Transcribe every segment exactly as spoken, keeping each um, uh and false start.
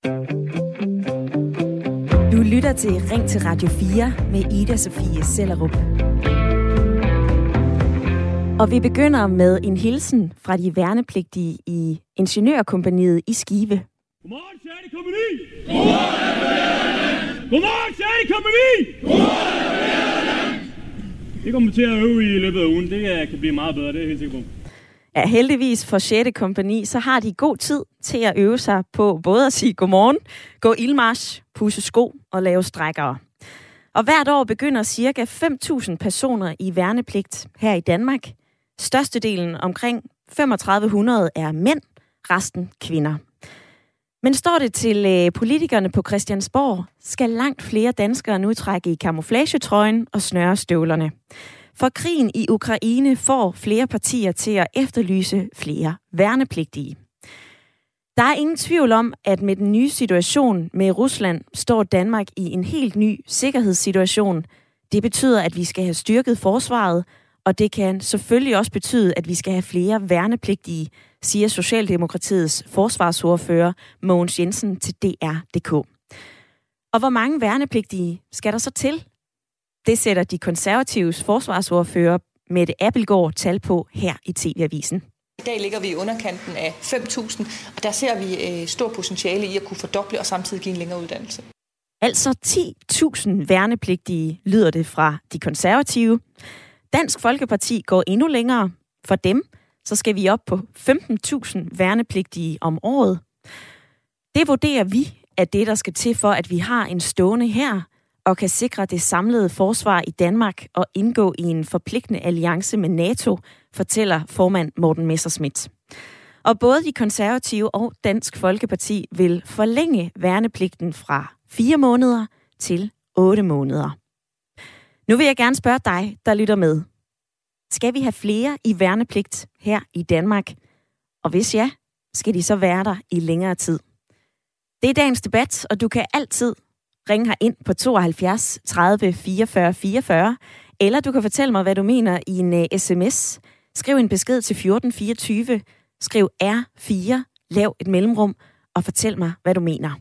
Du lytter til Ring til Radio fire med Ida Sofie Sellerup. Og vi begynder med en hilsen fra de værnepligtige i Ingeniørkompagniet i Skive. Godmorgen, sjette kompagni! Godmorgen! Godmorgen, sjette kompagni! Godmorgen! Det kommer til at øve i løbet af ugen. Det kan blive meget bedre, det er jeg helt sikker på. Ja, heldigvis for sjette kompagni, så har de god tid til at øve sig på både at sige godmorgen, gå ildmarch, pudse sko og lave strækkere. Og hvert år begynder ca. fem tusind personer i værnepligt her i Danmark. Størstedelen, omkring femogtredive hundrede, er mænd, resten kvinder. Men står det til øh, politikerne på Christiansborg, skal langt flere danskere nu trække i camouflagetrøjen og snøre støvlerne. For krigen i Ukraine får flere partier til at efterlyse flere værnepligtige. Der er ingen tvivl om, at med den nye situation med Rusland står Danmark i en helt ny sikkerhedssituation. Det betyder, at vi skal have styrket forsvaret, og det kan selvfølgelig også betyde, at vi skal have flere værnepligtige, siger Socialdemokratiets forsvarsordfører Mogens Jensen til D R punktum D K. Og hvor mange værnepligtige skal der så til? Det sætter de konservatives forsvarsordfører Mette Abildgaard tal på her i T V-avisen. I dag ligger vi i underkanten af fem tusind, og der ser vi øh, stor potentiale i at kunne fordoble og samtidig give en længere uddannelse. Altså ti tusind værnepligtige lyder det fra de konservative. Dansk Folkeparti går endnu længere. For dem så skal vi op på femten tusind værnepligtige om året. Det vurderer vi, at det der skal til for, at vi har en stående hær og kan sikre det samlede forsvar i Danmark og indgå i en forpligtende alliance med NATO, fortæller formand Morten Messerschmidt. Og både de konservative og Dansk Folkeparti vil forlænge værnepligten fra fire måneder til otte måneder. Nu vil jeg gerne spørge dig, der lytter med. Skal vi have flere i værnepligt her i Danmark? Og hvis ja, skal de så være der i længere tid? Det er dagens debat, og du kan altid ringe her ind på tooghalvfjerds tredive fireogfyrre fireogfyrre, eller du kan fortælle mig, hvad du mener i en uh, sms. Skriv en besked til fjorten fireogtyve, skriv R fire, lav et mellemrum, og fortæl mig, hvad du mener.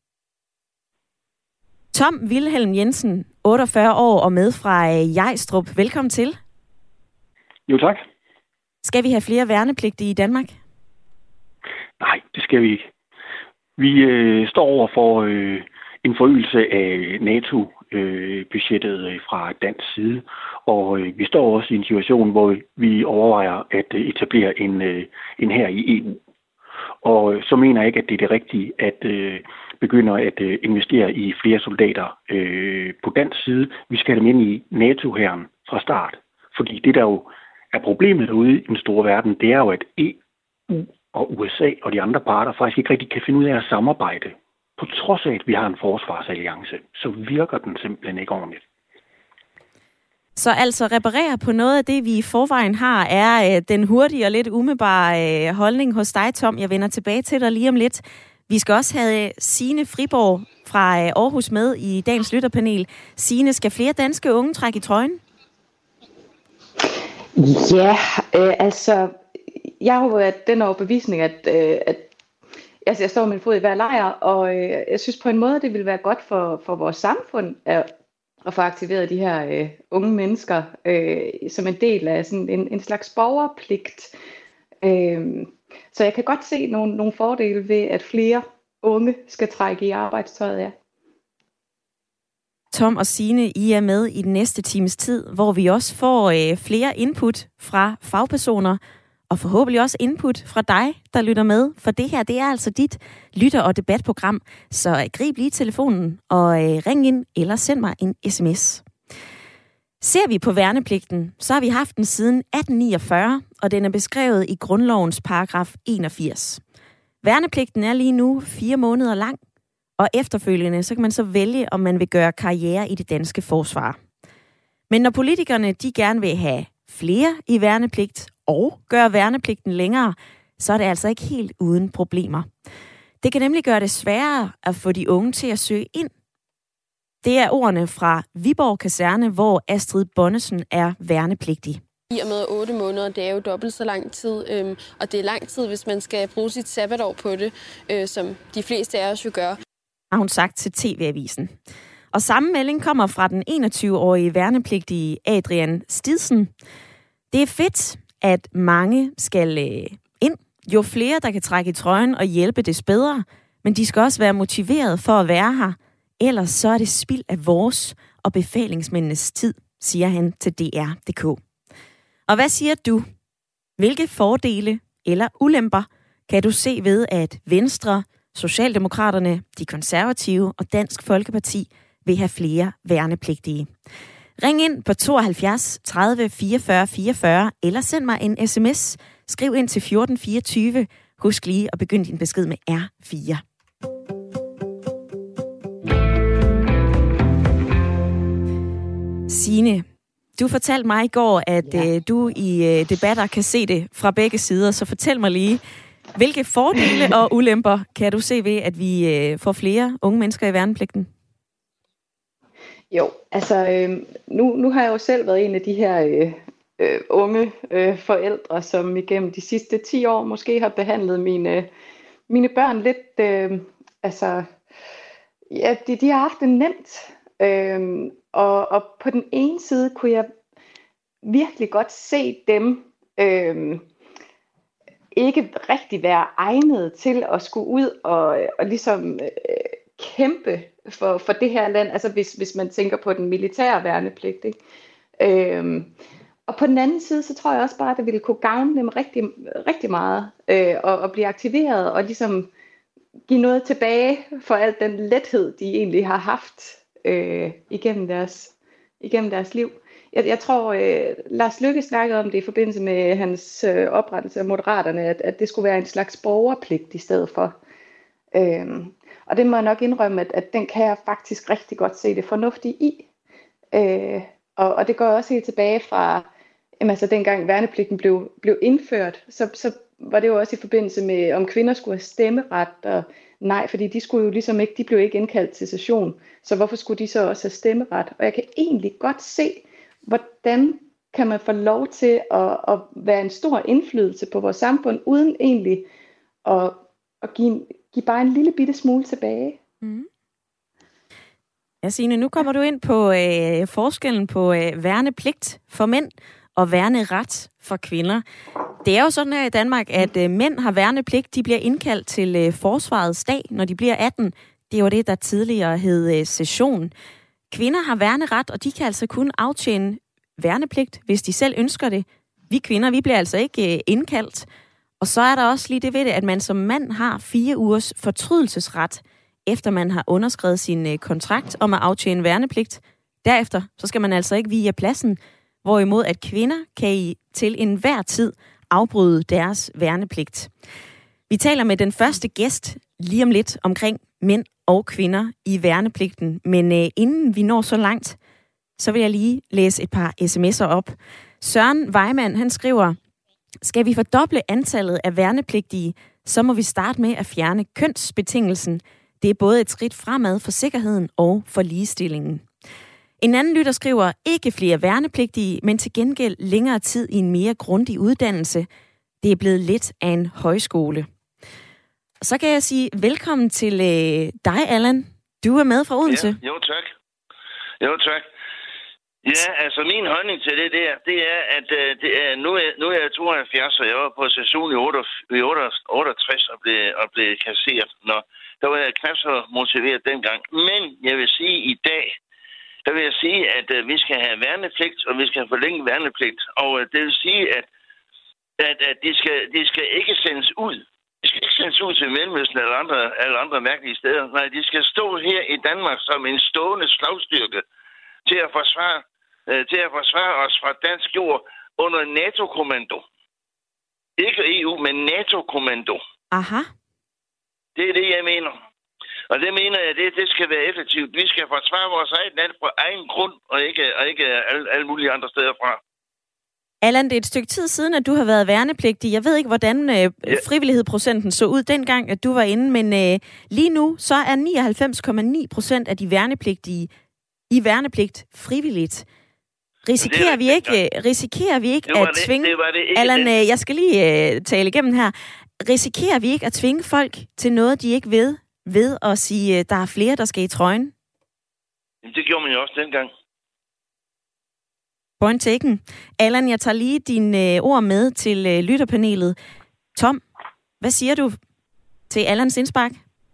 Tom Wilhelm Jensen, otteogfyrre år og med fra uh, Jejstrup. Velkommen til. Jo, tak. Skal vi have flere værnepligtige i Danmark? Nej, det skal vi ikke. Vi øh, står over for øh, en forøgelse af NATO-budgettet øh, fra dansk side, og øh, vi står også i en situation, hvor vi overvejer at øh, etablere en, øh, en hær i E U. Og øh, så mener jeg ikke, at det er det rigtige at øh, begynde at øh, investere i flere soldater øh, på dansk side. Vi skal have dem ind i NATO-hæren fra start, fordi det der jo er problemet ude i den store verden, det er jo, at E U og U S A og de andre parter faktisk ikke rigtig kan finde ud af at samarbejde. På trods af, at vi har en forsvarsalliance, så virker den simpelthen ikke ordentligt. Så altså reparere på noget af det, vi i forvejen har, er øh, den hurtige og lidt umiddelbare øh, holdning hos dig, Tom. Jeg vender tilbage til dig lige om lidt. Vi skal også have Signe Friborg fra øh, Aarhus med i dagens lytterpanel. Signe, skal flere danske unge trække i trøjen? Ja, øh, altså, jeg har jo været den overbevisning, at, øh, at altså, jeg står med min fod i hver lejr, og øh, jeg synes på en måde, det vil være godt for, for vores samfund at, at få aktiveret de her øh, unge mennesker øh, som en del af sådan en, en slags borgerpligt. Øh, så jeg kan godt se nogle, nogle fordele ved, at flere unge skal trække i arbejdstøjet, ja. Tom og Signe, I er med i den næste times tid, hvor vi også får øh, flere input fra fagpersoner, og forhåbentlig også input fra dig, der lytter med. For det her, det er altså dit lytter- og debatprogram. Så øh, grib lige telefonen og øh, ring ind, eller send mig en sms. Ser vi på værnepligten, så har vi haft den siden atten niogfyrre, og den er beskrevet i grundlovens paragraf enogfirs. Værnepligten er lige nu fire måneder lang, og efterfølgende så kan man så vælge, om man vil gøre karriere i det danske forsvar. Men når politikerne de gerne vil have flere i værnepligt og gøre værnepligten længere, så er det altså ikke helt uden problemer. Det kan nemlig gøre det sværere at få de unge til at søge ind. Det er ordene fra Viborg Kaserne, hvor Astrid Bonnesen er værnepligtig. I og med otte måneder, det er jo dobbelt så lang tid, øhm, og det er lang tid, hvis man skal bruge sit sabbatår på det, øh, som de fleste af os jo gør. Har hun sagt til T V-avisen. Og samme melding kommer fra den enogtyve-årige værnepligtige Adrian Stidsen. Det er fedt, at mange skal øh, ind. Jo flere, der kan trække i trøjen og hjælpe, des bedre. Men de skal også være motiveret for at være her. Ellers så er det spild af vores og befalingsmændenes tid, siger han til D R punktum d k. Og hvad siger du? Hvilke fordele eller ulemper kan du se ved, at Venstre, Socialdemokraterne, De Konservative og Dansk Folkeparti vil have flere værnepligtige? Ring ind på tooghalvfjerds tredive fireogfyrre fireogfyrre eller send mig en sms. Skriv ind til fjorten fireogtyve. Husk lige at begynde din besked med R fire. Signe, du fortalte mig i går, at ja. øh, du i øh, debatter kan se det fra begge sider, så fortæl mig lige, hvilke fordele og ulemper kan du se ved, at vi øh, får flere unge mennesker i værnepligten? Jo, altså øh, nu, nu har jeg jo selv været en af de her øh, øh, unge øh, forældre, som igennem de sidste ti år måske har behandlet mine, mine børn lidt, øh, altså, ja, de, de har haft det nemt. Øh, og, og på den ene side kunne jeg virkelig godt se dem øh, ikke rigtig være egnet til at skulle ud og, og ligesom øh, kæmpe for, for det her land, altså hvis, hvis man tænker på den militære værnepligt, ikke? Øhm, og på den anden side, så tror jeg også bare, at det ville kunne gavne dem rigtig, rigtig meget, øh, og, og blive aktiveret, og ligesom give noget tilbage for al den lethed, de egentlig har haft øh, igennem, deres, igennem deres liv. Jeg, jeg tror, øh, Lars Løkke snakkede om det i forbindelse med hans øh, oprettelse af Moderaterne, at, at det skulle være en slags borgerpligt i stedet for. Øhm, Og det må jeg nok indrømme, at, at den kan jeg faktisk rigtig godt se det fornuftige i. Øh, og, og det går også helt tilbage fra, jamen, altså dengang værnepligten blev, blev indført, så, så var det jo også i forbindelse med, om kvinder skulle have stemmeret, og nej, fordi de skulle jo ligesom ikke, de blev ikke indkaldt til session, så hvorfor skulle de så også have stemmeret? Og jeg kan egentlig godt se, hvordan kan man få lov til at, at være en stor indflydelse på vores samfund, uden egentlig at, at give Giv bare en lille bitte smule tilbage. Mm. Ja, Signe, nu kommer du ind på øh, forskellen på øh, værnepligt for mænd og værneret for kvinder. Det er jo sådan her i Danmark, at øh, mænd har værnepligt. De bliver indkaldt til øh, forsvarets dag, når de bliver atten. Det var det, der tidligere hed øh, session. Kvinder har værneret, og de kan altså kun aftjene værnepligt, hvis de selv ønsker det. Vi kvinder, vi bliver altså ikke øh, indkaldt. Og så er der også lige det ved det, at man som mand har fire ugers fortrydelsesret, efter man har underskrevet sin kontrakt om at aftjene værnepligt. Derefter så skal man altså ikke vige pladsen, hvorimod at kvinder kan i til enhver tid afbryde deres værnepligt. Vi taler med den første gæst lige om lidt omkring mænd og kvinder i værnepligten, men øh, inden vi når så langt, så vil jeg lige læse et par sms'er op. Søren Weimann, han skriver: skal vi fordoble antallet af værnepligtige, så må vi starte med at fjerne kønsbetingelsen. Det er både et skridt fremad for sikkerheden og for ligestillingen. En anden lytter skriver: ikke flere værnepligtige, men til gengæld længere tid i en mere grundig uddannelse. Det er blevet lidt af en højskole. Så kan jeg sige velkommen til øh, dig, Allan. Du er med fra Odense. Ja, jo tak. Jo tak. Ja, altså min holdning til det der, det er, at uh, det er, nu, er, nu er jeg tooghalvfjerds, og jeg var på session i otteogtres og blev, og blev kasseret. Nå, der var jeg knap så motiveret dengang. Men jeg vil sige, i dag, der vil jeg sige, at uh, vi skal have værnepligt, og vi skal forlænge værnepligt. Og uh, det vil sige, at, at, at de, skal, de skal ikke sendes ud. De skal ikke sendes ud til Mellemøsten eller andre, eller andre mærkelige steder. Nej, de skal stå her i Danmark som en stående slagstyrke til at forsvare til at forsvare os fra dansk jord under NATO-kommando. Ikke E U, men NATO-kommando. Aha. Det er det, jeg mener. Og det mener jeg, det, det skal være effektivt. Vi skal forsvare vores eget land på egen grund, og ikke, og ikke alle, alle mulige andre steder fra. Allan, det er et stykke tid siden, at du har været værnepligtig. Jeg ved ikke, hvordan øh, ja. frivillighedsprocenten så ud dengang, at du var inde, men øh, lige nu så er nioghalvfems komma ni procent af de værnepligtige i værnepligt frivilligt. Risikerer vi ikke, risikerer vi ikke at det, tvinge... det det ikke Allan, det. jeg skal lige uh, tale igennem her. Risikerer vi ikke at tvinge folk til noget, de ikke ved, ved at sige, der er flere, der skal i trøjen? Jamen, det gjorde man jo også dengang. Point taken. Allan, jeg tager lige dine uh, ord med til uh, lytterpanelet. Tom, hvad siger du til Allans indspark?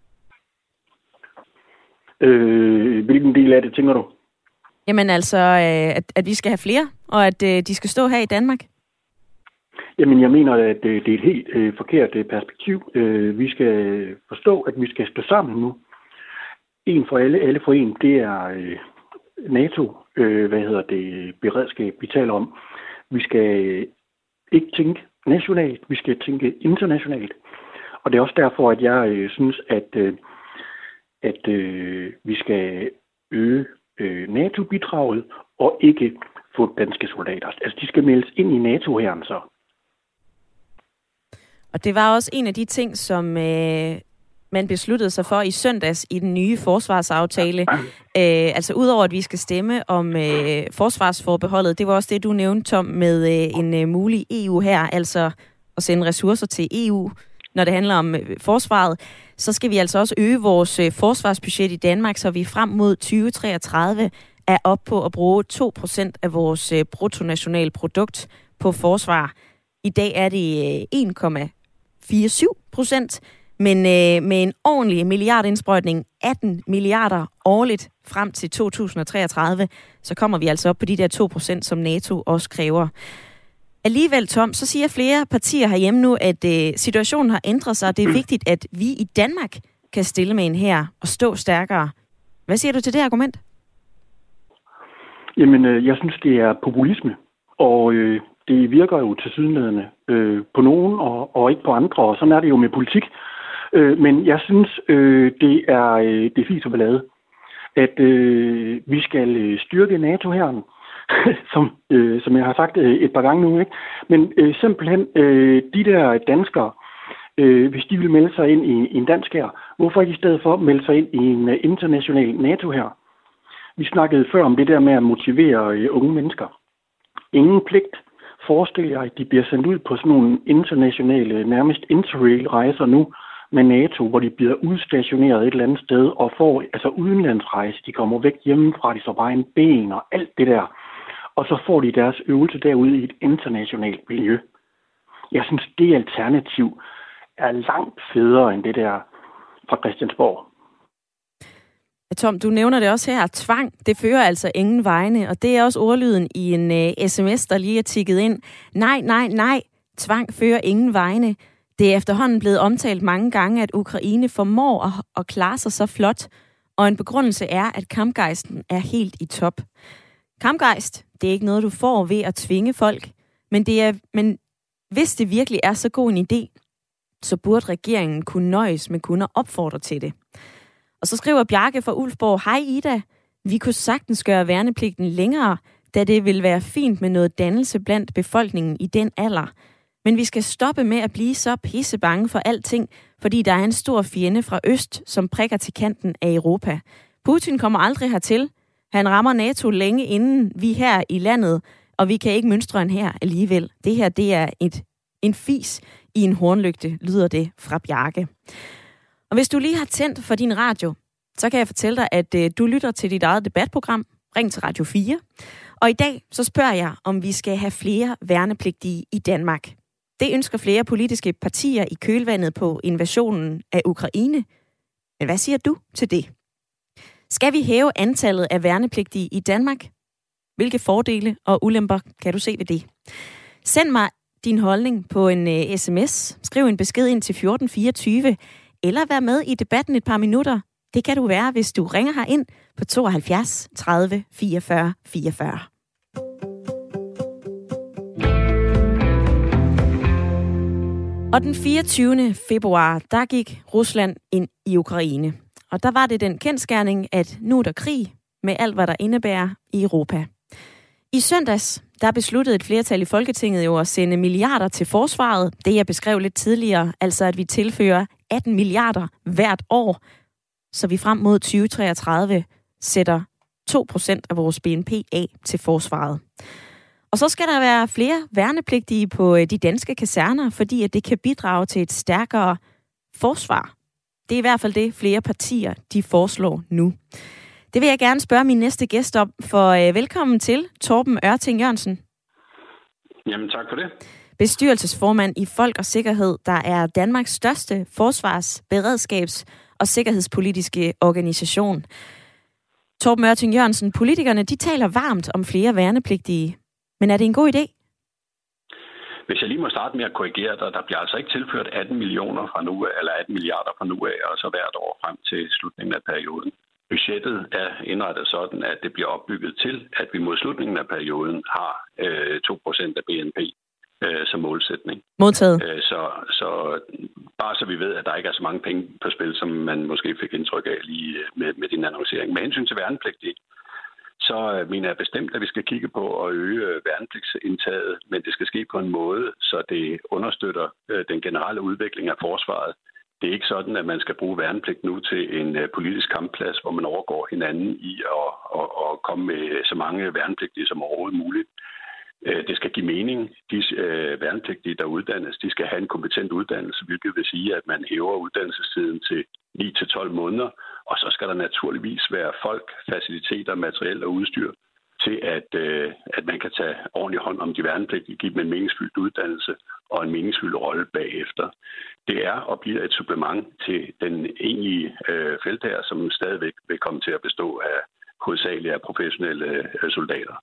Øh, hvilken del af det, tænker du? Jamen altså, øh, at, at vi skal have flere, og at øh, de skal stå her i Danmark. Jamen, jeg mener, at det er et helt øh, forkert perspektiv. Øh, vi skal forstå, at vi skal stå sammen nu. En for alle, alle for en, det er øh, NATO, øh, hvad hedder det, beredskab, vi taler om. Vi skal ikke tænke nationalt, vi skal tænke internationalt. Og det er også derfor, at jeg øh, synes, at, øh, at øh, vi skal øge øh, NATO-bidraget og ikke få danske soldater. Altså, de skal meldes ind i NATO-hæren så. Og det var også en af de ting, som øh, man besluttede sig for i søndags i den nye forsvarsaftale. Øh, altså udover at vi skal stemme om øh, forsvarsforbeholdet, det var også det, du nævnte, Tom, med øh, en øh, mulig E U her, altså at sende ressourcer til E U, når det handler om øh, forsvaret. Så skal vi altså også øge vores øh, forsvarsbudget i Danmark, så vi frem mod tyve treogtredive er op på at bruge to procent af vores øh, bruttonationalprodukt på forsvar. I dag er det øh, en komma fireogtyve procent, men øh, med en ordentlig milliardindsprøjtning, atten milliarder årligt frem til to tusind treogtredive, så kommer vi altså op på de der to procent, som NATO også kræver. Alligevel, Tom, så siger flere partier herhjemme nu, at øh, situationen har ændret sig, og det er vigtigt, at vi i Danmark kan stille med en her og stå stærkere. Hvad siger du til det argument? Jamen, øh, jeg synes, det er populisme, og øh, det virker jo tilsyneladende øh, på nogen og, og ikke på andre, og sådan er det jo med politik. Øh, men jeg synes, øh, det er øh, det fis og ballade, at øh, vi skal øh, styrke NATO-hæren, som, øh, som jeg har sagt øh, et par gange nu, ikke? Men øh, simpelthen øh, de der danskere, øh, hvis de vil melde sig ind i, i en dansk hær, hvorfor ikke i stedet for melde sig ind i en uh, international NATO-hær? Vi snakkede før om det der med at motivere øh, unge mennesker. Ingen pligt. Forestil jer, at de bliver sendt ud på sådan nogle internationale, nærmest interrail-rejser nu med NATO, hvor de bliver udstationeret et eller andet sted og får altså udenlandsrejse. De kommer væk hjemmefra, de står bare en ben og alt det der. Og så får de deres øvelse derude i et internationalt miljø. Jeg synes, det alternativ er langt federe end det der fra Christiansborg. Tom, du nævner det også her. Tvang, det fører altså ingen vegne, og det er også ordlyden i en uh, sms, der lige er tikket ind. Nej, nej, nej. Tvang fører ingen vegne. Det er efterhånden blevet omtalt mange gange, at Ukraine formår at, at klare sig så flot, og en begrundelse er, at kampgejsten er helt i top. Kampgejst, det er ikke noget, du får ved at tvinge folk, men, det er, men hvis det virkelig er så god en idé, så burde regeringen kunne nøjes med kun at opfordre til det. Og så skriver Bjarke fra Ulfborg, hej Ida, vi kunne sagtens gøre værnepligten længere, da det vil være fint med noget dannelse blandt befolkningen i den alder. Men vi skal stoppe med at blive så pissebange for alting, fordi der er en stor fjende fra øst, som prikker til kanten af Europa. Putin kommer aldrig hertil. Han rammer NATO længe inden vi her i landet, og vi kan ikke mønstre en her alligevel. Det her, det er et, en fis i en hornlygte, lyder det fra Bjarke. Og hvis du lige har tændt for din radio, så kan jeg fortælle dig, at øh, du lytter til dit eget debatprogram. Ring til Radio fire. Og i dag så spørger jeg, om vi skal have flere værnepligtige i Danmark. Det ønsker flere politiske partier i kølvandet på invasionen af Ukraine. Men hvad siger du til det? Skal vi hæve antallet af værnepligtige i Danmark? Hvilke fordele og ulemper kan du se ved det? Send mig din holdning på en uh, sms. Skriv en besked ind til fjorten fireogtyve. Eller vær med i debatten et par minutter. Det kan du være, hvis du ringer her ind på tooghalvfjerds tredive fireogfyrre fireogfyrre. Og den fireogtyvende februar, der gik Rusland ind i Ukraine. Og der var det den kendsgerning, at nu er der krig med alt, hvad der indebærer i Europa. I søndags, der besluttede et flertal i Folketinget jo at sende milliarder til forsvaret. Det jeg beskrev lidt tidligere, altså at vi tilfører atten milliarder hvert år, så vi frem mod tyve treogtredive sætter to procent af vores B N P af til forsvaret. Og så skal der være flere værnepligtige på de danske kaserner, fordi at det kan bidrage til et stærkere forsvar. Det er i hvert fald det, flere partier de foreslår nu. Det vil jeg gerne spørge min næste gæst om, for øh, velkommen til Torben Ørting Jørgensen. Jamen tak for det. Bestyrelsesformand i Folk og Sikkerhed, der er Danmarks største forsvars-, beredskabs- og sikkerhedspolitiske organisation. Torben Ørting Jørgensen, politikerne de taler varmt om flere værnepligtige. Men er det en god idé? Hvis jeg lige må starte med at korrigere dig, der bliver altså ikke tilført atten millioner fra nu af, eller atten milliarder fra nu af, og så hvert år frem til slutningen af perioden. Budgettet er indrettet sådan, at det bliver opbygget til, at vi mod slutningen af perioden har øh, to procent af B N P øh, som målsætning. Modtaget. Øh, så, så bare så vi ved, at der ikke er så mange penge på spil, som man måske fik indtryk af lige med, med din annoncering. Med hensyn til værnepligtige, så mener jeg bestemt, at vi skal kigge på at øge værnepligtsindtaget, men det skal ske på en måde, så det understøtter den generelle udvikling af forsvaret. Det er ikke sådan, at man skal bruge værnepligt nu til en politisk kampplads, hvor man overgår hinanden i at, at, at komme med så mange værnepligtige som overhovedet muligt. Det skal give mening. De værnepligtige, der uddannes, de skal have en kompetent uddannelse, hvilket vil sige, at man hæver uddannelsestiden til ni til tolv måneder, og så skal der naturligvis være folk, faciliteter, materiel og udstyr til, at, at man kan tage ordentlig hånd om de værnepligtige, give dem en meningsfyldt uddannelse og en meningsfyldt rolle bagefter. Det er og bliver et supplement til den egentlige øh, feltherre, som stadigvæk vil komme til at bestå af hovedsageligt af professionelle øh, soldater.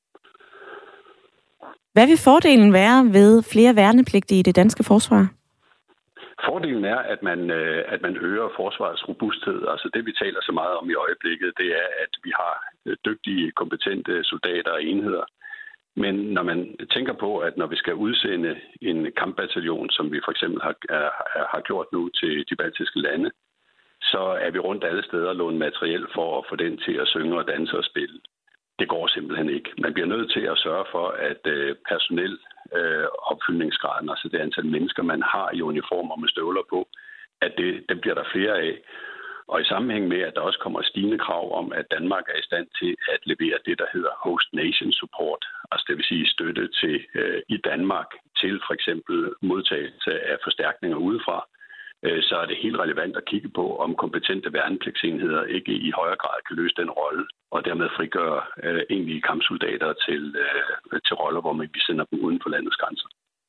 Hvad vil fordelen være ved flere værnepligtige i det danske forsvar? Fordelen er, at man, øh, at man øger forsvarets robusthed. Altså det, vi taler så meget om i øjeblikket, det er, at vi har dygtige, kompetente soldater og enheder. Men når man tænker på, at når vi skal udsende en kampbataljon, som vi for eksempel har, er, har gjort nu til de baltiske lande, så er vi rundt alle steder og låne materiel for at få den til at synge og danse og spille. Det går simpelthen ikke. Man bliver nødt til at sørge for, at øh, personel øh, opfyldningsgraden, altså det antal mennesker, man har i uniformer med støvler på, at det, det bliver der flere af. Og i sammenhæng med, at der også kommer stigende krav om, at Danmark er i stand til at levere det, der hedder host nation support, altså det vil sige støtte til øh, i Danmark til for eksempel modtagelse af forstærkninger udefra, øh, så er det helt relevant at kigge på, om kompetente værnepligtsenheder ikke i højere grad kan løse den rolle, og dermed frigøre øh, egentlige kampsoldater til, øh, til roller, hvor man vi sender dem uden for landets grænser.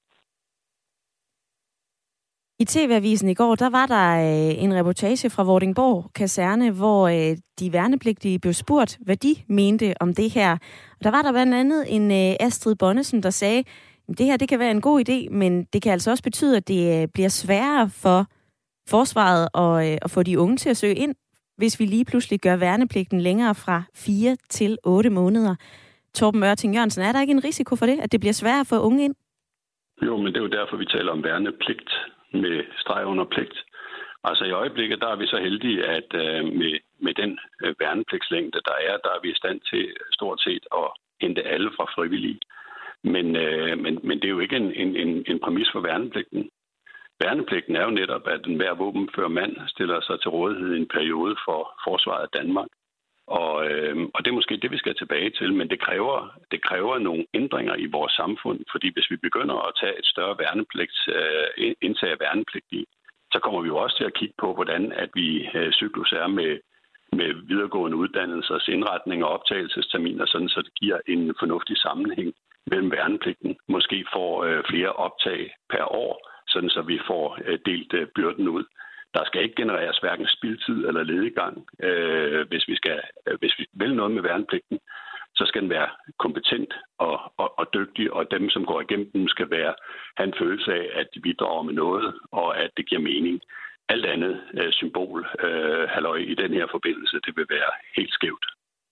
I T V-avisen i går, der var der øh, en reportage fra Vordingborg Kaserne, hvor øh, de værnepligtige blev spurgt, hvad de mente om det her. Og der var der blandt andet en øh, Astrid Bonnesen, der sagde, at det her det kan være en god idé, men det kan altså også betyde, at det øh, bliver sværere for forsvaret at, øh, at få de unge til at søge ind, hvis vi lige pludselig gør værnepligten længere fra fire til otte måneder. Torben Ørting Jørgensen, er der ikke en risiko for det, at det bliver sværere at få unge ind? Jo, men det er jo derfor, vi taler om værnepligt med streg under pligt. Altså i øjeblikket, der er vi så heldige, at øh, med, med den øh, værnepligtslængde, der er, der er vi i stand til stort set at hente alle fra frivillige. Men, øh, men, men det er jo ikke en, en, en præmis for værnepligten. Værnepligten er jo netop, at enhver våbenfører mand stiller sig til rådighed i en periode for forsvaret af Danmark. Og, øh, og det er måske det, vi skal tilbage til, men det kræver, det kræver nogle ændringer i vores samfund, fordi hvis vi begynder at tage et større værnepligt, øh, indtag af værnepligtige, så kommer vi jo også til at kigge på, hvordan at vi øh, cyklus er med, med videregående uddannelsers indretning og optagelsesterminer, sådan så det giver en fornuftig sammenhæng mellem værnepligten. Måske får øh, flere optag per år, sådan så vi får øh, delt øh, byrden ud. Der skal ikke genereres hverken spildtid eller lediggang. Øh, hvis, vi skal, øh, hvis vi vil noget med værnepligten, så skal den være kompetent og, og, og dygtig, og dem, som går igennem den, skal være, have en følelse af, at de bidrager med noget, og at det giver mening. Alt andet øh, symbol, øh, halløj, i den her forbindelse, det vil være helt skævt.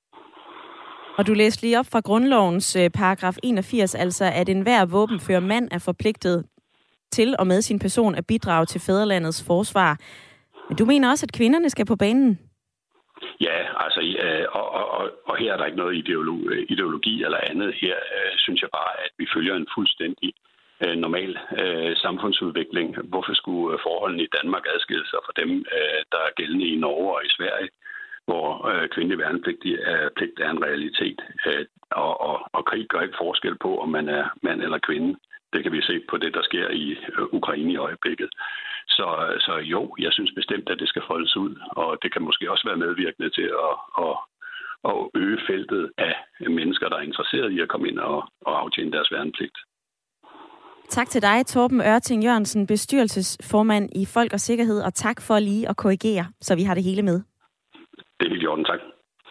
Og du læste lige op fra grundlovens øh, paragraf enogfirs, altså at enhver våbenfører mand er forpligtet til og med sin person at bidrage til fædrelandets forsvar. Men du mener også, at kvinderne skal på banen? Ja, altså, og, og, og her er der ikke noget ideologi, ideologi eller andet. Her øh, synes jeg bare, at vi følger en fuldstændig øh, normal øh, samfundsudvikling. Hvorfor skulle forholdene i Danmark adskille sig fra dem, øh, der er gældende i Norge og i Sverige, hvor øh, kvindelig værnepligt er, pligt er en realitet. Øh, og, og, og krig gør ikke forskel på, om man er mand eller kvinde. Det kan vi se på det, der sker i øh, Ukraine i øjeblikket. Så, så jo, jeg synes bestemt, at det skal foldes ud. Og det kan måske også være medvirkende til at, at, at øge feltet af mennesker, der er interesseret i at komme ind og, og aftjene deres værnepligt. Tak til dig, Torben Ørting Jørgensen, bestyrelsesformand i Folk og Sikkerhed, og tak for lige at korrigere, så vi har det hele med. Det er helt i orden, tak.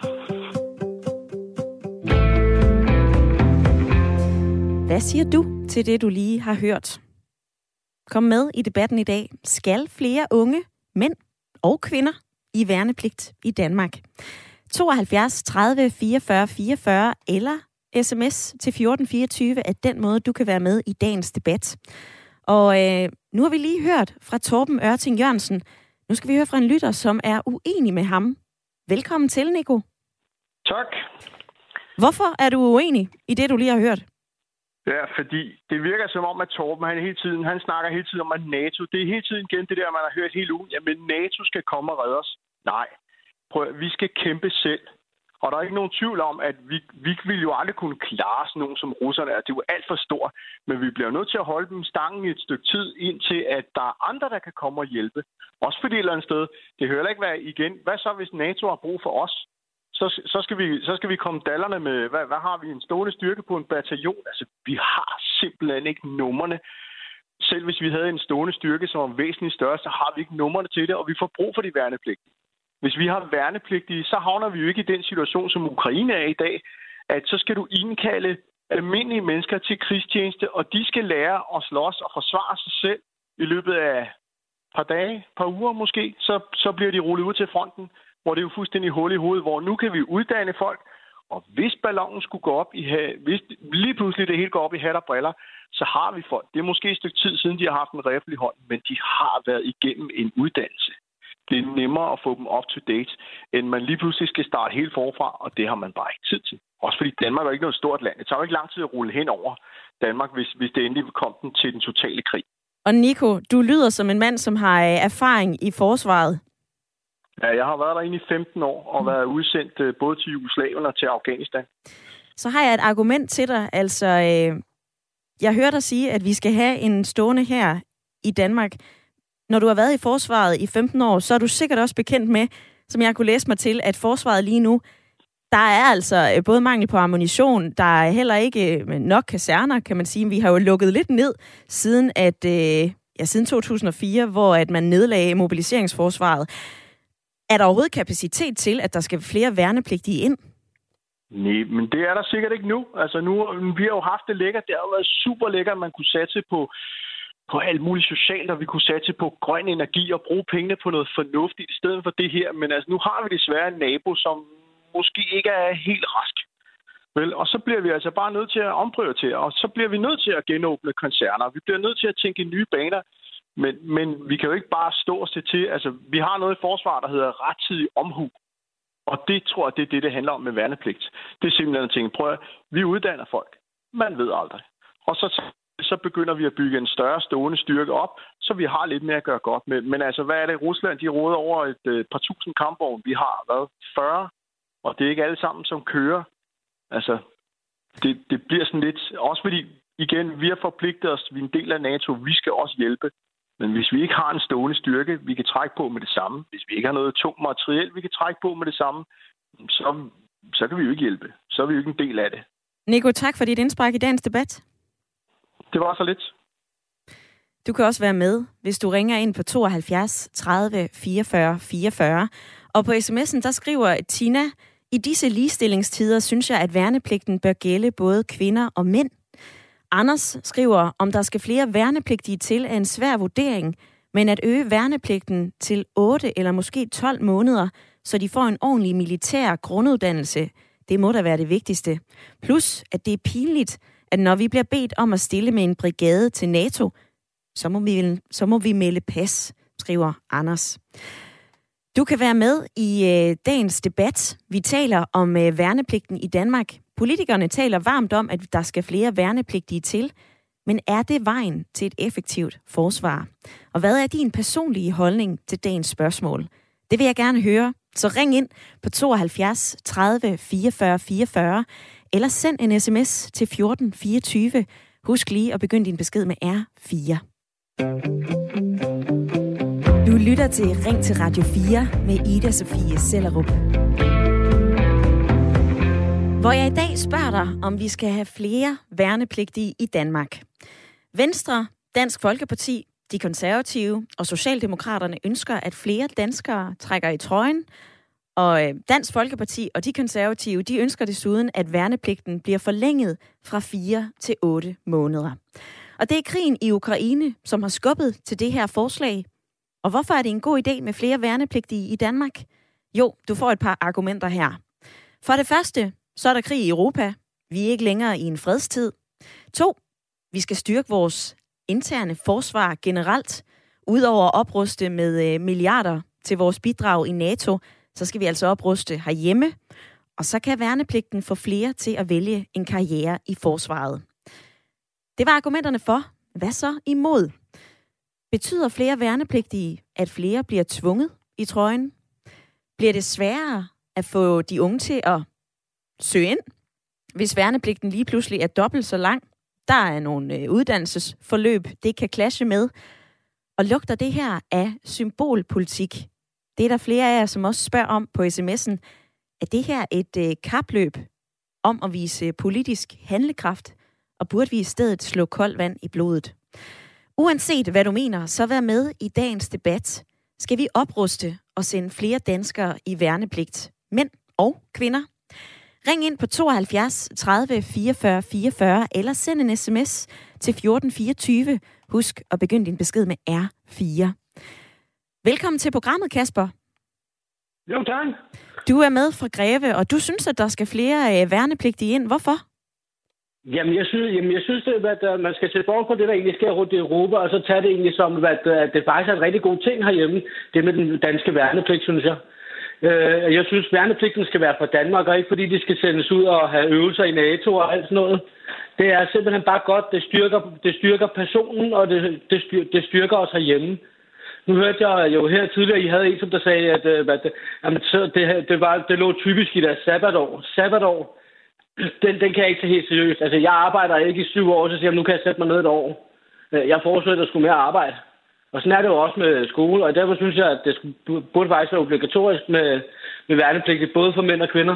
Hvad siger du til det, du lige har hørt? Kom med i debatten i dag. Skal flere unge, mænd og kvinder i værnepligt i Danmark? tooghalvfjerds tredive fireogfyrre fireogfyrre eller sms til fjorten fireogtyve er den måde, du kan være med i dagens debat. Og øh, nu har vi lige hørt fra Torben Ørting Jørgensen. Nu skal vi høre fra en lytter, som er uenig med ham. Velkommen til, Nico. Tak. Hvorfor er du uenig i det, du lige har hørt? Ja, fordi det virker som om, at Torben han hele tiden, han snakker hele tiden om, at NATO, det er hele tiden igen det der, man har hørt hele ugen, jamen NATO skal komme og redde os. Nej, prøv, vi skal kæmpe selv. Og der er ikke nogen tvivl om, at vi, vi vil jo aldrig kunne klare sådan nogen som russerne er. Det er jo alt for stort, men vi bliver nødt til at holde dem stangen i et stykke tid, indtil at der er andre, der kan komme og hjælpe. Også fordi et eller andet sted, det hører ikke være igen. Hvad så, hvis NATO har brug for os? Så, så, skal vi, så skal vi komme dallerne med, hvad, hvad har vi, en stående styrke på en bataljon? Altså, vi har simpelthen ikke numrene. Selv hvis vi havde en stående styrke, som var væsentligt større, så har vi ikke numrene til det, og vi får brug for de værnepligtige. Hvis vi har værnepligtige, så havner vi jo ikke i den situation, som Ukraine er i dag, at så skal du indkalde almindelige mennesker til krigstjeneste, og de skal lære at slås og forsvare sig selv i løbet af et par dage, par uger måske, så, så bliver de rullet ud til fronten, hvor det er jo fuldstændig hul i hovedet, hvor nu kan vi uddanne folk, og hvis ballonen skulle gå op i, hvis lige pludselig det hele går op i hat og briller, så har vi folk. Det er måske et stykke tid siden, de har haft en riffel i hånden, men de har været igennem en uddannelse. Det er nemmere at få dem up to date, end man lige pludselig skal starte helt forfra, og det har man bare ikke tid til. Også fordi Danmark er ikke noget stort land. Det tager jo ikke lang tid at rulle hen over Danmark, hvis, hvis det endelig kom den til den totale krig. Og Nico, du lyder som en mand, som har erfaring i forsvaret. Ja, jeg har været der i femten år og været udsendt både til Jugoslavien og til Afghanistan. Så har jeg et argument til dig. Altså, øh, jeg hørte dig sige, at vi skal have en stående her i Danmark. Når du har været i forsvaret i femten år, så er du sikkert også bekendt med, som jeg kunne læse mig til, at forsvaret lige nu, der er altså både mangel på ammunition, der er heller ikke nok kaserner, kan man sige. Vi har jo lukket lidt ned siden, at, øh, ja, siden to tusind og fire, hvor at man nedlagde mobiliseringsforsvaret. Er der overhovedet kapacitet til, at der skal flere værnepligtige ind? Nej, men det er der sikkert ikke nu. Altså nu, vi har jo haft det lækkert. Det har jo været super lækkert, at man kunne satse på på alt muligt socialt, og vi kunne satse på grøn energi og bruge pengene på noget fornuftigt i stedet for det her. Men altså, nu har vi desværre en nabo, som måske ikke er helt rask. Vel, og så bliver vi altså bare nødt til at omprioritere, og så bliver vi nødt til at genåbne koncerner. Vi bliver nødt til at tænke nye baner, men, men vi kan jo ikke bare stå og se til. Altså, vi har noget i forsvar, der hedder rettidig omhu. Og det tror jeg, det er det, det handler om med værnepligt. Det er simpelthen at tænke, prøv at vi uddanner folk. Man ved aldrig. Og så så begynder vi at bygge en større stående styrke op, så vi har lidt mere at gøre godt med. Men altså, hvad er det? Rusland, de råder over et øh, par tusind kampvogne. Vi har været fyrre, og det er ikke alle sammen, som kører. Altså, det, det bliver sådan lidt... Også fordi, igen, vi har forpligtet os, vi er en del af NATO, vi skal også hjælpe. Men hvis vi ikke har en stående styrke, vi kan trække på med det samme, hvis vi ikke har noget tungt materiel, vi kan trække på med det samme, så, så kan vi jo ikke hjælpe. Så er vi jo ikke en del af det. Nico, tak for dit indspark i dagens debat. Det var så lidt. Du kan også være med, hvis du ringer ind på tooghalvfjerds tredive fireogfyrre fireogfyrre. Og på sms'en, der skriver Tina, i disse ligestillingstider synes jeg, at værnepligten bør gælde både kvinder og mænd. Anders skriver, om der skal flere værnepligtige til er en svær vurdering, men at øge værnepligten til otte eller måske tolv måneder, så de får en ordentlig militær grunduddannelse, det må da være det vigtigste. Plus, at det er pinligt, at når vi bliver bedt om at stille med en brigade til NATO, så må vi, så må vi melde pas, skriver Anders. Du kan være med i øh, dagens debat. Vi taler om øh, værnepligten i Danmark. Politikerne taler varmt om, at der skal flere værnepligtige til. Men er det vejen til et effektivt forsvar? Og hvad er din personlige holdning til dagens spørgsmål? Det vil jeg gerne høre. Så ring ind på tooghalvfjerds tredive fireogfyrre fireogfyrre, eller send en sms til fjorten fireogtyve. Husk lige at begynde din besked med R fire. Du lytter til Ring til Radio fire med Ida Sofie Sellerup. Hvor jeg i dag spørger dig, om vi skal have flere værnepligtige i Danmark. Venstre, Dansk Folkeparti, De Konservative og Socialdemokraterne ønsker, at flere danskere trækker i trøjen. Og Dansk Folkeparti og De Konservative, de ønsker desuden, at værnepligten bliver forlænget fra fire til otte måneder. Og det er krigen i Ukraine, som har skubbet til det her forslag. Og hvorfor er det en god idé med flere værnepligtige i Danmark? Jo, du får et par argumenter her. For det første, så er der krig i Europa. Vi er ikke længere i en fredstid. To, vi skal styrke vores interne forsvar generelt. Udover at opruste med milliarder til vores bidrag i NATO, så skal vi altså opruste herhjemme. Og så kan værnepligten få flere til at vælge en karriere i forsvaret. Det var argumenterne for. Hvad så imod? Betyder flere værnepligtige, at flere bliver tvunget i trøjen? Bliver det sværere at få de unge til at søge ind, hvis værnepligten lige pludselig er dobbelt så lang? Der er nogle uddannelsesforløb, det kan clashe med. Og lugter det her af symbolpolitik? Det er der flere af jer, som også spørger om på sms'en. Er det her et øh, kapløb om at vise politisk handlekraft, og burde vi i stedet slå koldt vand i blodet? Uanset hvad du mener, så vær med i dagens debat. Skal vi opruste og sende flere danskere i værnepligt? Mænd og kvinder? Ring ind på tooghalvfjerds tredive fireogfyrre fireogfyrre, eller send en sms til fjorten fireogtyve. Husk at begynde din besked med R fire. Velkommen til programmet, Kasper. Jo, tak. Du er med fra Greve, og du synes, at der skal flere øh, værnepligtige ind. Hvorfor? Jamen, jeg synes, jamen, jeg synes at, at man skal se bort på det, der egentlig sker rundt i Europa, og så tage det egentlig som, at, at det faktisk er en rigtig god ting herhjemme, det med den danske værnepligt, synes jeg. Øh, jeg synes, værnepligten skal være for Danmark, og ikke fordi de skal sendes ud og have øvelser i NATO og alt sådan noget. Det er simpelthen bare godt. Det styrker, det styrker personen, og det, det, styrker, det styrker os herhjemme. Nu hørte jeg jo her tidligere, I havde en, som der sagde, at, at, at det, det, var, det lå typisk i deres sabbatår. Sabbatår, den, den kan jeg ikke tage helt seriøst. Altså, jeg arbejder ikke i syv år, så siger jeg, nu kan jeg sætte mig ned et år. Jeg foreslår, at der skulle mere arbejde. Og sådan er det jo også med skole, og derfor synes jeg, at det burde faktisk være obligatorisk med, med værnepligt, både for mænd og kvinder.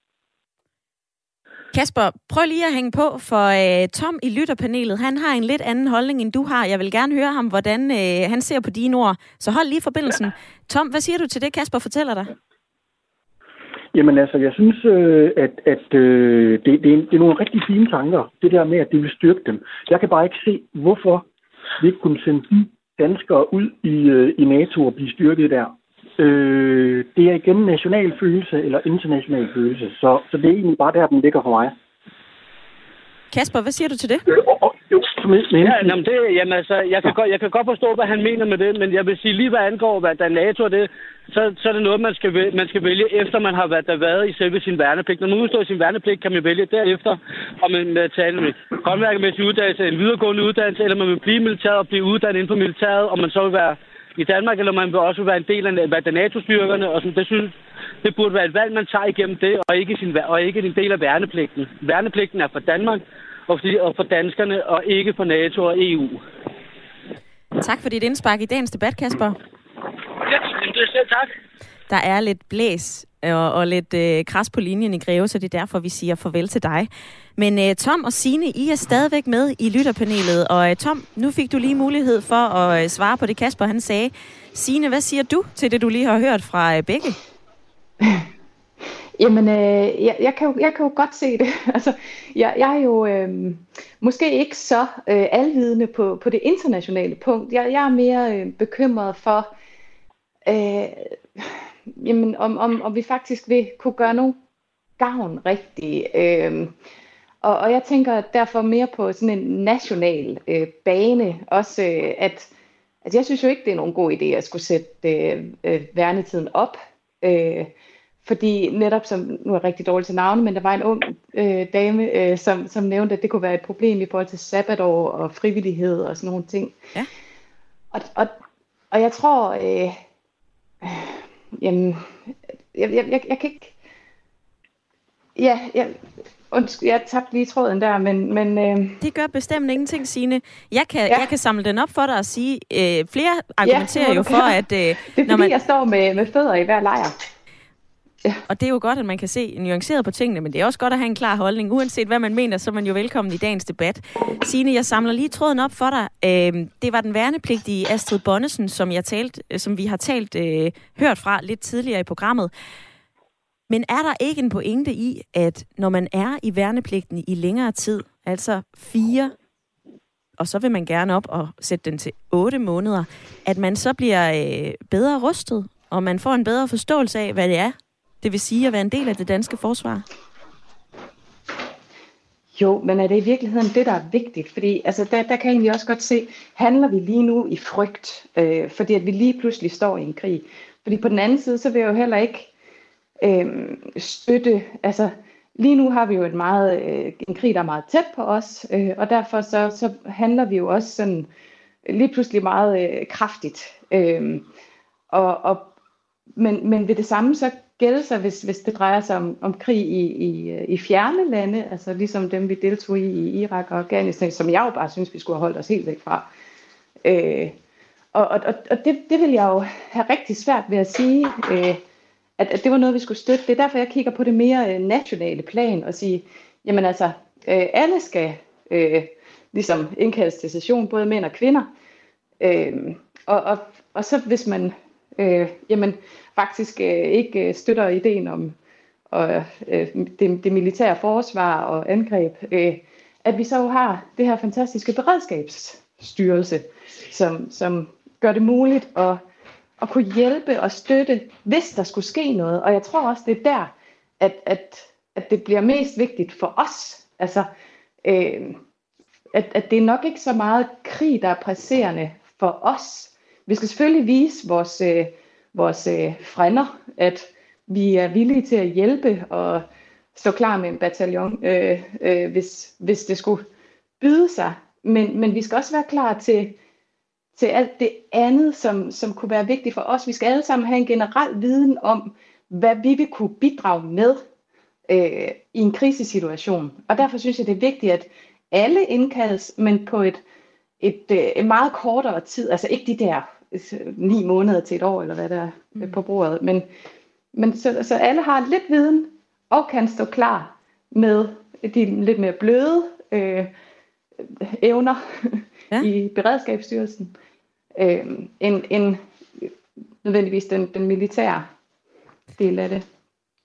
Kasper, prøv lige at hænge på, for uh, Tom i lytterpanelet, han har en lidt anden holdning, end du har. Jeg vil gerne høre ham, hvordan uh, han ser på dine ord. Så hold lige forbindelsen. Ja. Tom, hvad siger du til det, Kasper fortæller dig? Jamen altså, jeg synes, øh, at, at øh, det, det, er, det er nogle rigtig fine tanker, det der med, at det vil styrke dem. Jeg kan bare ikke se, hvorfor vi ikke kunne sende de danskere ud i, øh, i NATO og blive styrket der. Øh, det er igen national følelse eller international følelse, så, så det er egentlig bare der, den ligger for mig. Kasper, hvad siger du til det? Øh, øh, jo, med, med ja, jamen det, jamen altså, jeg kan, godt, jeg kan godt forstå, hvad han mener med det, men jeg vil sige, lige hvad angår, hvad der er NATO og det, så, så er det noget, man skal, vælge, man skal vælge, efter man har været, der været i selve sin værnepligt. Når man udstår sin værnepligt, kan man vælge derefter, om man vil tage en håndværkermæssig uddannelse, en videregående uddannelse, eller man vil blive militæret og blive uddannet inden for militæret, og man så vil være i Danmark, eller man vil også være en del af NATO-styrkerne, og sådan, det synes det burde være et valg, man tager igennem det, og ikke, sin, og ikke en del af værnepligten. Værnepligten er for Danmark, og for, og for danskerne, og ikke for NATO og E U. Tak for dit indspark i dagens debat, Kasper. Ja, det er selv tak. Der er lidt blæs og, og lidt øh, kras på linjen i Greve, så det er derfor, vi siger farvel til dig. Men øh, Tom og Signe, I er stadigvæk med i lytterpanelet, og øh, Tom, nu fik du lige mulighed for at øh, svare på det, Kasper han sagde. Signe, hvad siger du til det, du lige har hørt fra øh, begge? Jamen, øh, jeg, jeg, kan jo, jeg kan jo godt se det. Altså, jeg, jeg er jo øh, måske ikke så øh, alvidende på, på det internationale punkt. Jeg, jeg er mere øh, bekymret for, øh, jamen, om, om, om vi faktisk vil kunne gøre nogen gavn rigtigt. Øh, og, og jeg tænker derfor mere på sådan en national øh, bane. Også øh, at, at jeg synes jo ikke, det er nogen god idé at skulle sætte øh, øh, værnetiden op. Øh, Fordi netop, som nu er jeg rigtig dårlig til navne, men der var en ung øh, dame, øh, som, som nævnte, at det kunne være et problem i forhold til sabbatår og frivillighed og sådan nogle ting. Ja. Og, og, og jeg tror, øh, øh, jamen, jeg, jeg, jeg, jeg kan ikke... Ja, jeg, undskyld, jeg tabte lige tråden der, men... men øh... Det gør bestemt ingenting, Signe. Jeg kan, ja. jeg kan samle den op for dig og sige, øh, flere argumenterer ja, jo for, at... Øh, det er fordi, når man... jeg står med, med fødder i hver lejr. Ja. Og det er jo godt, at man kan se nuanceret på tingene, men det er også godt at have en klar holdning. Uanset hvad man mener, så er man jo velkommen i dagens debat. Signe, jeg samler lige tråden op for dig. Øh, det var den værnepligtige Astrid Bonnesen, som, jeg talt, som vi har talt øh, hørt fra lidt tidligere i programmet. Men er der ikke en pointe i, at når man er i værnepligten i længere tid, altså fire, og så vil man gerne op og sætte den til otte måneder, at man så bliver øh, bedre rustet, og man får en bedre forståelse af, hvad det er, det vil sige at være en del af det danske forsvar? Jo, men er det i virkeligheden det, der er vigtigt? Fordi altså, der, der kan jeg egentlig også godt se, handler vi lige nu i frygt, øh, fordi at vi lige pludselig står i en krig. Fordi på den anden side, så vil jeg jo heller ikke øh, støtte, altså lige nu har vi jo et meget, øh, en krig, der er meget tæt på os, øh, og derfor så, så handler vi jo også sådan lige pludselig meget øh, kraftigt. Øh, og, og, men, men ved det samme så gælde sig, hvis, hvis det drejer sig om, om krig i, i, i fjerne lande, altså ligesom dem, vi deltog i i Irak og Afghanistan, som jeg jo bare synes, vi skulle have holdt os helt væk fra. Øh, og og, og det, det vil jeg jo have rigtig svært ved at sige, øh, at, at det var noget, vi skulle støtte. Det er derfor, jeg kigger på det mere nationale plan og sige, jamen altså, øh, alle skal øh, ligesom indkaldes til session, både mænd og kvinder. Øh, og, og, og så hvis man øh, jamen, faktisk øh, ikke støtter ideen om og, øh, det, det militære forsvar og angreb, øh, at vi så har det her fantastiske beredskabsstyrelse, som, som gør det muligt at, at kunne hjælpe og støtte, hvis der skulle ske noget. Og jeg tror også, det er der, at, at, at det bliver mest vigtigt for os. Altså, øh, at, at det er nok ikke så meget krig, der er presserende for os. Vi skal selvfølgelig vise vores, øh, vores øh, frænder, at vi er villige til at hjælpe og stå klar med en bataljon, øh, øh, hvis, hvis det skulle byde sig. Men, men vi skal også være klar til, til alt det andet, som, som kunne være vigtigt for os. Vi skal alle sammen have en generel viden om, hvad vi vil kunne bidrage med øh, i en krisesituation. Og derfor synes jeg, det er vigtigt, at alle indkaldes, men på et, et, et, et meget kortere tid. Altså ikke de der ni måneder til et år, eller hvad der er mm. på bordet. Men, men så, så alle har lidt viden, og kan stå klar med de lidt mere bløde øh, evner ja. i Beredskabsstyrelsen, øh, end, end nødvendigvis den, den militære del af det.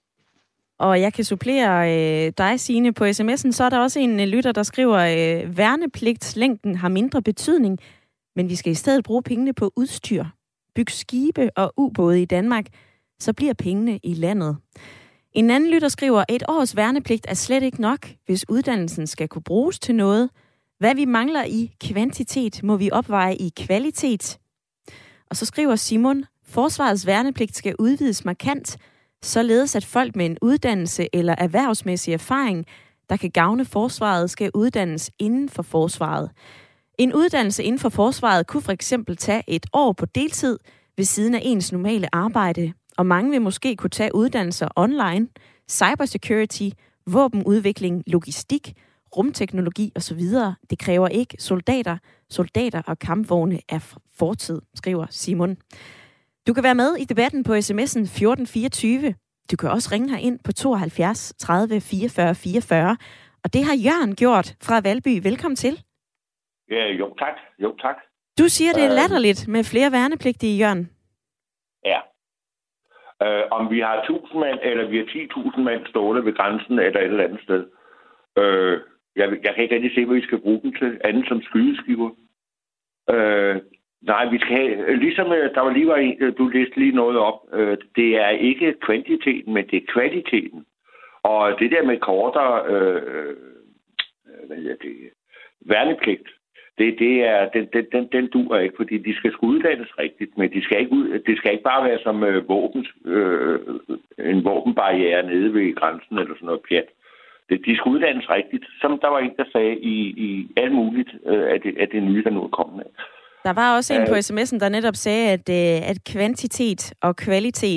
Og jeg kan supplere øh, dig, Signe, på sms'en. Så er der også en øh, lytter, der skriver, øh, værnepligtslængden har mindre betydning, men vi skal i stedet bruge pengene på udstyr. Bygge skibe og ubåde i Danmark, så bliver pengene i landet. En anden lytter skriver, et års værnepligt er slet ikke nok, hvis uddannelsen skal kunne bruges til noget. Hvad vi mangler i kvantitet, må vi opveje i kvalitet. Og så skriver Simon, forsvarets værnepligt skal udvides markant, således at folk med en uddannelse eller erhvervsmæssig erfaring, der kan gavne forsvaret, skal uddannes inden for forsvaret. En uddannelse inden for forsvaret kunne for eksempel tage et år på deltid ved siden af ens normale arbejde, og mange vil måske kunne tage uddannelser online, cybersecurity, våbenudvikling, logistik, rumteknologi osv. Det kræver ikke soldater. Soldater og kampvogne er fortid, skriver Simon. Du kan være med i debatten på sms'en fjorten fireogtyve. Du kan også ringe herind på tooghalvfjerds tredive fireogfyrre fireogfyrre. Og det har Jørgen gjort fra Valby. Velkommen til. Ja, jo tak. Jo tak. Du siger, det er latterligt med flere værnepligtige, Jørgen. Ja. Øh, om vi har tusind mand, eller vi har ti tusind mand stående ved grænsen, eller et eller andet sted. Øh, jeg, jeg kan ikke rigtig se, hvad vi skal bruge dem til, andet som skydeskiver. Øh, nej, vi skal have, ligesom der var lige var en, du læste lige noget op, øh, det er ikke kvantiteten, men det er kvaliteten. Og det der med kortere øh, hvad er det, værnepligt, det, det er, den, den, den, den duer ikke, fordi de skal sgu uddannes rigtigt, men de skal ikke, ud, det skal ikke bare være som øh, våben, øh, en våbenbarriere nede ved grænsen eller sådan noget pjat. De skal uddannes rigtigt, som der var en, der sagde i, i alt muligt øh, af, det, af det nye, der nu er kommet af. Der var også en på sms'en, der netop sagde, at, øh, at kvantitet og kvalitet,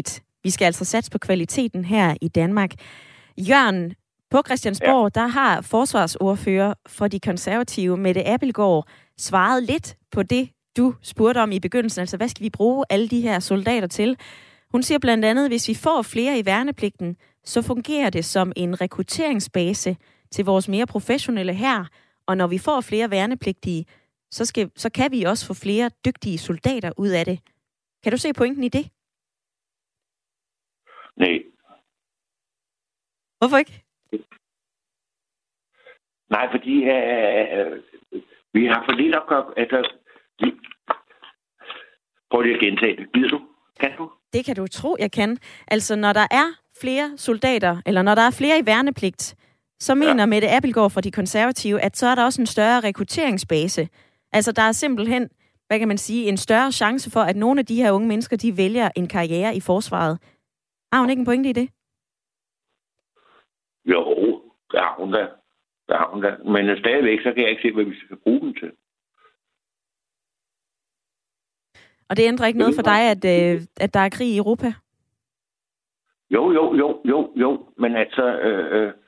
Vi skal altså satse på kvaliteten her i Danmark. Jørgen, på Christiansborg, ja. Der har forsvarsordfører for de konservative, Mette Abildgaard, svaret lidt på det, du spurgte om i begyndelsen. Altså, hvad skal vi bruge alle de her soldater til? Hun siger blandt andet, at hvis vi får flere i værnepligten, så fungerer det som en rekrutteringsbase til vores mere professionelle hær. Og når vi får flere værnepligtige, så, skal, så kan vi også få flere dygtige soldater ud af det. Kan du se pointen i det? Nej. Hvorfor ikke? Nej, fordi øh, vi har for lidt at gøre... Altså, vi... Prøv lige at gentage det. Gider du? Kan du? Det kan du tro, jeg kan. Altså, når der er flere soldater, eller når der er flere i værnepligt, så mener ja. Mette Abildgaard fra de konservative, at så er der også en større rekrutteringsbase. Altså, der er simpelthen, hvad kan man sige, en større chance for, at nogle af de her unge mennesker, de vælger en karriere i forsvaret. Har hun ikke en pointe i det? Jo, det har hun da. Det har hun da. Men stadigvæk, så kan jeg ikke se, hvad vi skal bruge dem til. Og det ændrer ikke noget for dig, at, øh, at der er krig i Europa? Jo, jo, jo, jo, jo. Men altså... Øh, øh,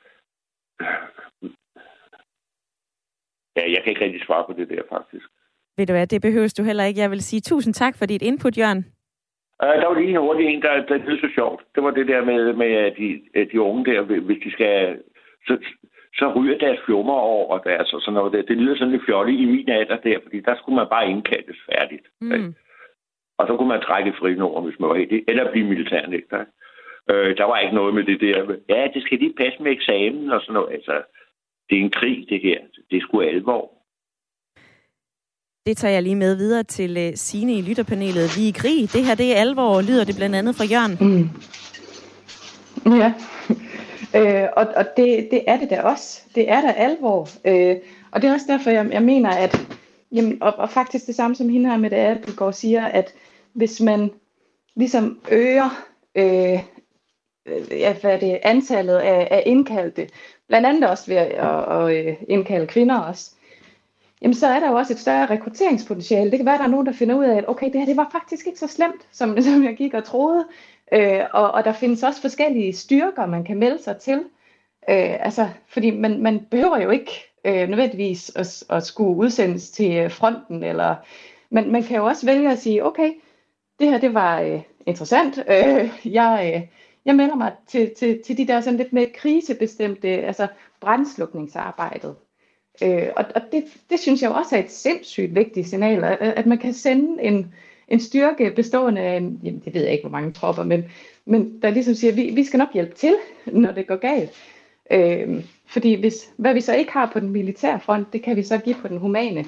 ja, jeg kan ikke rigtig svare på det der, faktisk. Ved du hvad, det behøves du heller ikke. Jeg vil sige tusind tak for dit input, Jørgen. Uh, der var lige en hurtig en, der, der lød så sjovt. Det var det der med, med de, de unge der, hvis de skal... Så, så ryger deres fjummer over og deres og sådan noget der. Det lyder sådan lidt fjolligt i min alder der, fordi der skulle man bare indkaldes færdigt. Mm. Og så kunne man trække frinummer, hvis man var heldig, eller blive militærnægter. Uh, der var ikke noget med det der. Ja, det skal lige passe med eksamen og sådan noget. Altså, det er en krig, det her. Det er sgu alvor. Det tager jeg lige med videre til uh, Signe i lytterpanelet. Vi er i krig. Det her, det er alvor, lyder det blandt andet fra Jørgen. Mm. Ja, øh, og, og det, det er det da også. Det er der alvor. Øh, og det er også derfor, jeg, jeg mener, at jamen, og, og faktisk det samme som hende her med det Abildgaard siger, at hvis man ligesom øger øh, ja, hvad er det, antallet af, af indkaldte, blandt andet også ved at, at, at indkalde kvinder også, jamen så er der jo også et større rekrutteringspotentiale. Det kan være, at der er nogen, der finder ud af, at okay, det her det var faktisk ikke så slemt, som, som jeg gik og troede. Øh, og, og der findes også forskellige styrker, man kan melde sig til. Øh, altså, fordi man, man behøver jo ikke øh, nødvendigvis at, at skulle udsendes til fronten. Eller, men man kan jo også vælge at sige, okay, det her det var øh, interessant. Øh, jeg, øh, jeg melder mig til, til, til de der sådan lidt mere krisebestemte, altså brandslukningsarbejdet. Øh, og og det, det synes jeg også er et sindssygt vigtigt signal, at, at man kan sende en, en styrke bestående af, jamen, det ved jeg ikke, hvor mange tropper, men, men der ligesom siger, at vi, vi skal nok hjælpe til, når det går galt. Øh, fordi hvis, hvad vi så ikke har på den militære front, det kan vi så give på den humane.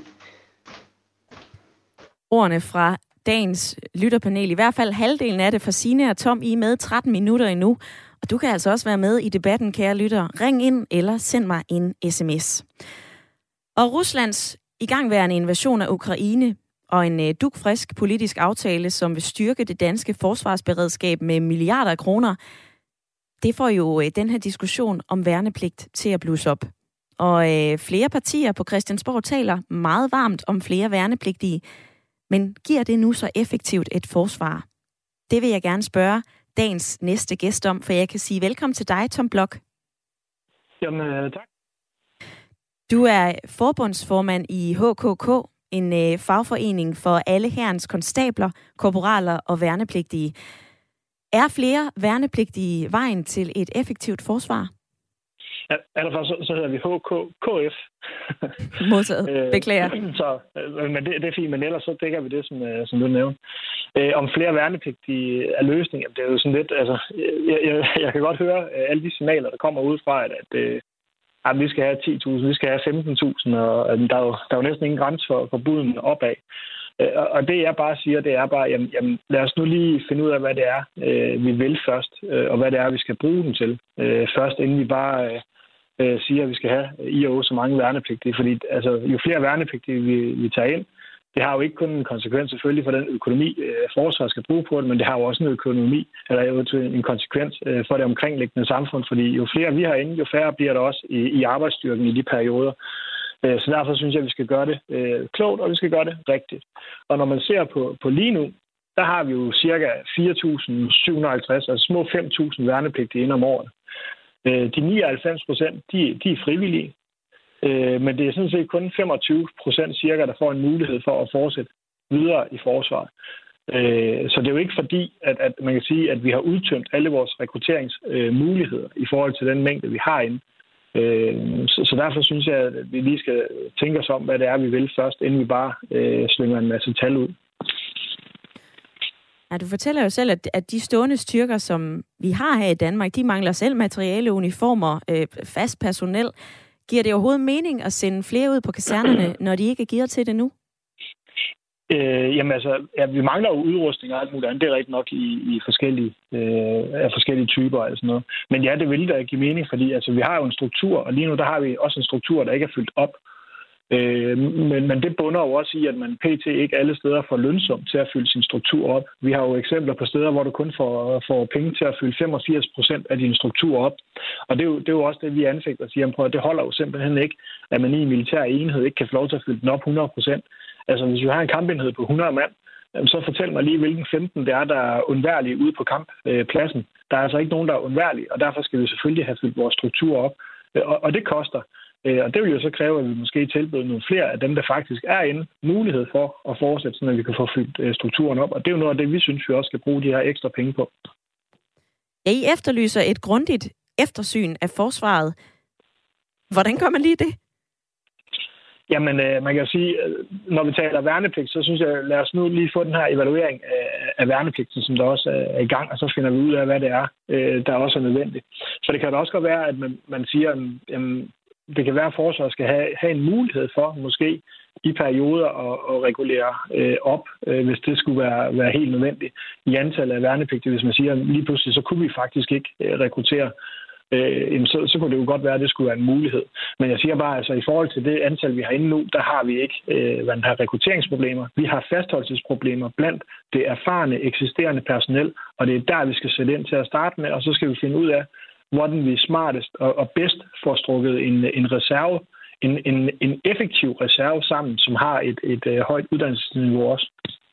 Ordene fra dagens lytterpanel, i hvert fald halvdelen af det for Signe og Tom, I er med tretten minutter endnu. Og du kan altså også være med i debatten, kære lytter. Ring ind eller send mig en sms. Og Ruslands igangværende invasion af Ukraine og en dugfrisk politisk aftale, som vil styrke det danske forsvarsberedskab med milliarder af kroner, det får jo den her diskussion om værnepligt til at blusse op. Og øh, flere partier på Christiansborg taler meget varmt om flere værnepligtige, men giver det nu så effektivt et forsvar? Det vil jeg gerne spørge dagens næste gæst om, for jeg kan sige velkommen til dig, Tom Blok. Jamen, øh, tak. Du er forbundsformand i H K K, en øh, fagforening for alle hærens konstabler, korporaler og værnepligtige. Er flere værnepligtige vejen til et effektivt forsvar? Ja, allerførst så, så hedder vi H K K F. Modtaget. Beklager. så, men det, det er fint, men ellers så dækker vi det, som, som du nævnte. Øh, om flere værnepligtige er løsningen, det er jo sådan lidt, altså, jeg, jeg, jeg kan godt høre alle de signaler, der kommer udefra, at, at, at vi skal have ti tusind, vi skal have femten tusind, og der er, jo, der er jo næsten ingen grænse for, for buden opad. Og det jeg bare siger, det er bare, jamen, jamen lad os nu lige finde ud af, hvad det er, øh, vi vil først, øh, og hvad det er, vi skal bruge dem til øh, først, inden vi bare øh, siger, at vi skal have i og så mange værnepligtige. Fordi altså, jo flere værnepligtige vi, vi tager ind, det har jo ikke kun en konsekvens selvfølgelig for den økonomi, øh, forsvaret skal bruge på det, men det har jo også en økonomi, eller jo en konsekvens øh, for det omkringliggende samfund. Fordi jo flere vi har inde, jo færre bliver der også i, i arbejdsstyrken i de perioder. Så derfor synes jeg, at vi skal gøre det øh, klogt, og vi skal gøre det rigtigt. Og når man ser på, på lige nu, der har vi jo cirka fire tusind syv hundrede og halvtreds, altså små fem tusind værnepligtige ind om året. De nioghalvfems procent, de, de er frivillige, men det er sådan set kun femogtyve procent cirka, der får en mulighed for at fortsætte videre i forsvaret. Så det er jo ikke fordi, at, at man kan sige, at vi har udtømt alle vores rekrutteringsmuligheder i forhold til den mængde, vi har inde. Så, så derfor synes jeg, at vi lige skal tænke os om, hvad det er, vi vil først, inden vi bare øh, slynger en masse tal ud. Ja, du fortæller jo selv, at, at de stående styrker, som vi har her i Danmark, de mangler selv materiale, uniformer, øh, fast personel. Giver det overhovedet mening at sende flere ud på kasernerne, når de ikke er gearet til det nu? Øh, jamen altså, ja, vi mangler jo udrustning og alt muligt andet. Det er rigtigt nok i, i forskellige, øh, af forskellige typer og sådan noget. Men ja, det vil da give mening, fordi altså, vi har jo en struktur, og lige nu der har vi også en struktur, der ikke er fyldt op. Øh, men, men det bunder jo også i, at man pt. Ikke alle steder får lønsomt til at fylde sin struktur op. Vi har jo eksempler på steder, hvor du kun får, får penge til at fylde femogfirs procent af din struktur op. Og det er jo, det er jo også det, vi anfægter og siger, at det holder jo simpelthen ikke, at man i en militær enhed ikke kan få lov til at fylde den op hundrede procent. Altså, hvis vi har en kampenhed på hundrede mand, så fortæl mig lige, hvilken femten det er, der er undværlige ude på kamppladsen. Der er altså ikke nogen, der er undværlige, og derfor skal vi selvfølgelig have fyldt vores struktur op. Og, og det koster. Og det vil jo så kræve, at vi måske tilbyder nogle flere af dem, der faktisk er inde, mulighed for at fortsætte, så vi kan få fyldt strukturen op. Og det er jo noget af det, vi synes, vi også skal bruge de her ekstra penge på. Ja, I efterlyser et grundigt eftersyn af forsvaret. Hvordan gør man lige det? Jamen, øh, man kan jo sige, når vi taler værnepligt, så synes jeg, lad os nu lige få den her evaluering af, af værnepligten, som der også er i gang, og så finder vi ud af, hvad det er, øh, der også er nødvendigt. Så det kan da også godt være, at man, man siger, at jamen, det kan være, at forsvaret skal have, have en mulighed for, måske i perioder, at, at regulere øh, op, øh, hvis det skulle være, være helt nødvendigt i antallet af værnepligtige. Hvis man siger, at lige pludselig, så kunne vi faktisk ikke øh, rekruttere. Øh, så, så kunne det jo godt være, at det skulle være en mulighed. Men jeg siger bare, altså i forhold til det antal, vi har inde nu, der har vi ikke øh, hvad der har rekrutteringsproblemer. Vi har fastholdelsesproblemer blandt det erfarne, eksisterende personel, og det er der, vi skal sætte ind til at starte med, og så skal vi finde ud af, hvordan vi smartest og, og bedst får strukket en, en reserve, en, en, en effektiv reserve sammen, som har et, et, et højt uddannelsesniveau også.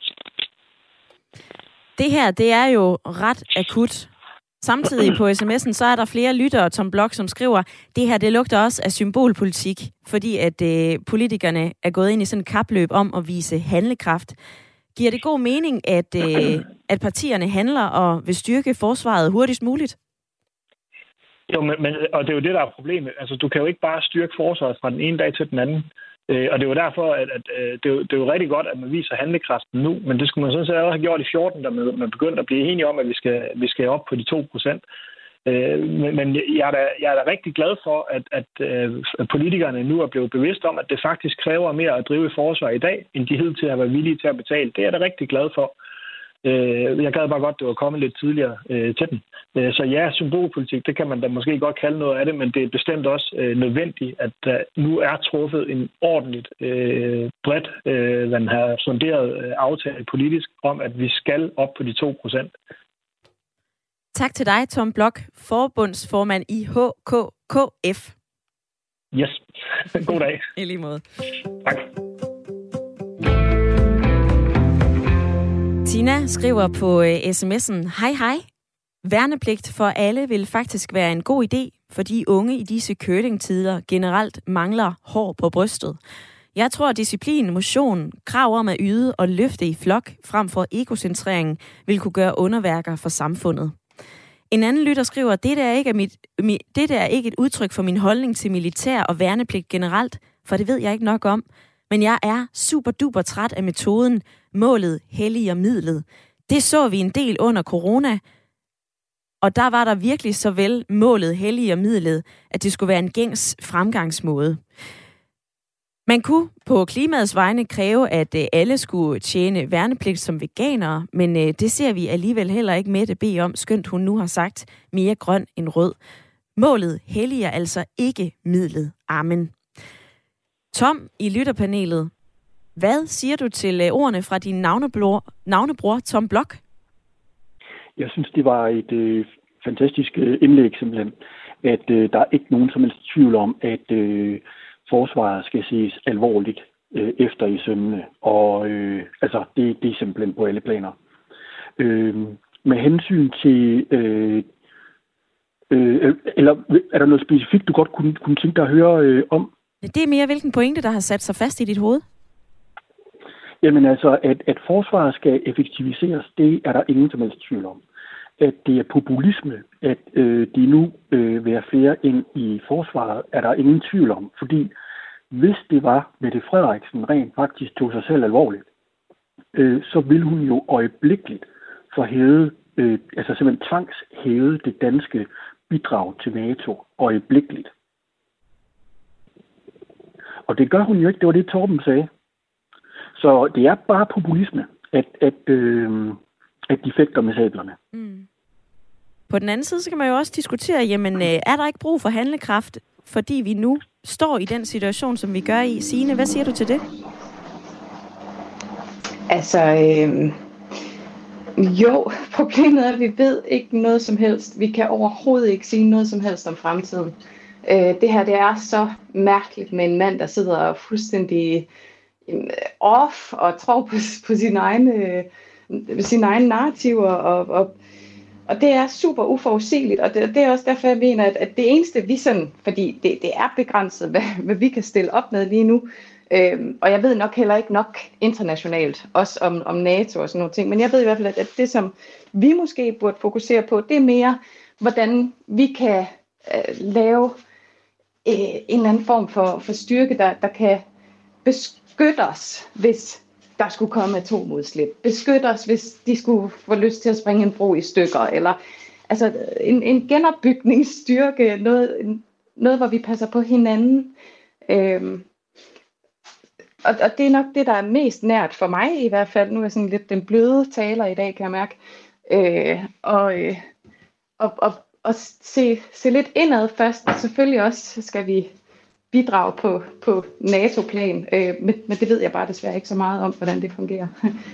Det her, det er jo ret akut. Samtidig på sms'en, så er der flere lyttere, Tom Blok, som skriver, det her, det lugter også af symbolpolitik, fordi at øh, politikerne er gået ind i sådan et kapløb om at vise handlekraft. Giver det god mening, at, øh, at partierne handler og vil styrke forsvaret hurtigst muligt? Jo, men, men, og det er jo det, der er problemet. Altså, du kan jo ikke bare styrke forsvaret fra den ene dag til den anden. Øh, og det er jo derfor, at, at, at det, er jo, det er jo rigtig godt, at man viser handlekraften nu, men det skulle man sådan set også have gjort i fjorten, da man, man begyndte at blive enige om, at vi skal, vi skal op på de to procent. Øh, men men jeg, er da, jeg er da rigtig glad for, at, at, at politikerne nu er blevet bevidst om, at det faktisk kræver mere at drive forsvar i dag, end de hidtil har været villige til at betale. Det er jeg da rigtig glad for. Jeg gad bare godt, det var kommet lidt tidligere øh, til den. Så ja, symbolpolitik, det kan man da måske godt kalde noget af det, men det er bestemt også øh, nødvendigt, at der nu er truffet en ordentligt øh, bredt, øh, man har sonderet øh, aftale politisk om, at vi skal op på de to procent. Tak til dig, Tom Blok, forbundsformand i H K K F. Yes. God dag. I lige måde. Tak. Tina skriver på øh, sms'en, hej hej. Værnepligt for alle vil faktisk være en god idé, fordi unge i disse curlingtider generelt mangler hår på brystet. Jeg tror, at disciplin, motion, krav om at yde og løfte i flok frem for egocentrering vil kunne gøre underværker for samfundet. En anden lytter skriver, det der ikke er mit, mit, det der er ikke et udtryk for min holdning til militær og værnepligt generelt, for det ved jeg ikke nok om. Men jeg er super duper træt af metoden, målet helliger midlet. Det så vi en del under corona, og der var der virkelig så vel målet helliger midlet, at det skulle være en gængs fremgangsmåde. Man kunne på klimaets vegne kræve, at alle skulle tjene værnepligt som veganere, men det ser vi alligevel heller ikke Mette bede om, skønt hun nu har sagt mere grøn end rød. Målet helliger altså ikke midlet. Amen. Tom i lytterpanelet, hvad siger du til ordene fra din navnebror, navnebror Tom Blok? Jeg synes, det var et øh, fantastisk øh, indlæg simpelthen, at øh, der er ikke nogen som helst tvivl om, at øh, forsvaret skal ses alvorligt øh, efter i sømmene. Og øh, altså, det, det er simpelthen på alle planer. Øh, med hensyn til... Øh, øh, eller er der noget specifikt, du godt kunne, kunne tænke dig at høre øh, om? Det er mere, hvilken pointe, der har sat sig fast i dit hoved? Jamen altså, at, at forsvaret skal effektiviseres, det er der ingen som helst tvivl om. At det er populisme, at øh, de nu øh, vil have flere ind i forsvaret, er der ingen tvivl om. Fordi hvis det var, Mette Frederiksen rent faktisk tog sig selv alvorligt, øh, så ville hun jo øjeblikkeligt forhæve, øh, altså simpelthen tvangshæve det danske bidrag til NATO øjeblikkeligt. Og det gør hun jo ikke, det var det Torben sagde. Så det er bare populisme, at, at, øh, at de fægter med sablerne. Mm. På den anden side, så kan man jo også diskutere, jamen øh, er der ikke brug for handlekraft, fordi vi nu står i den situation, som vi gør i? Signe, hvad siger du til det? Altså, øh, jo, problemet er, at vi ved ikke noget som helst. Vi kan overhovedet ikke sige noget som helst om fremtiden. Øh, det her, det er så mærkeligt med en mand, der sidder fuldstændig off og tror på, på sine egne, sine egne narrativer, og, og, og det er super uforudsigeligt, og det, det er også derfor, jeg mener, at, at det eneste vi sådan, fordi det, det er begrænset, hvad, hvad vi kan stille op med lige nu, øhm, og jeg ved nok heller ikke nok internationalt, også om, om NATO og sådan nogle ting, men jeg ved i hvert fald, at, at det, som vi måske burde fokusere på, det er mere, hvordan vi kan øh, lave øh, en eller anden form for, for styrke, der, der kan beskytte os, hvis der skulle komme atomudslip. Beskytte os, hvis de skulle få lyst til at springe en bro i stykker. Eller altså en, en genopbygningsstyrke, noget, noget, hvor vi passer på hinanden. Øhm, og, og det er nok det, der er mest nært for mig i hvert fald. Nu er jeg sådan lidt den bløde taler i dag, kan jeg mærke. Øh, og, øh, og, og, og se, se lidt indad først. Og selvfølgelig også skal vi bidrag på, på NATO-plan, øh, men, men det ved jeg bare desværre ikke så meget om, hvordan det fungerer.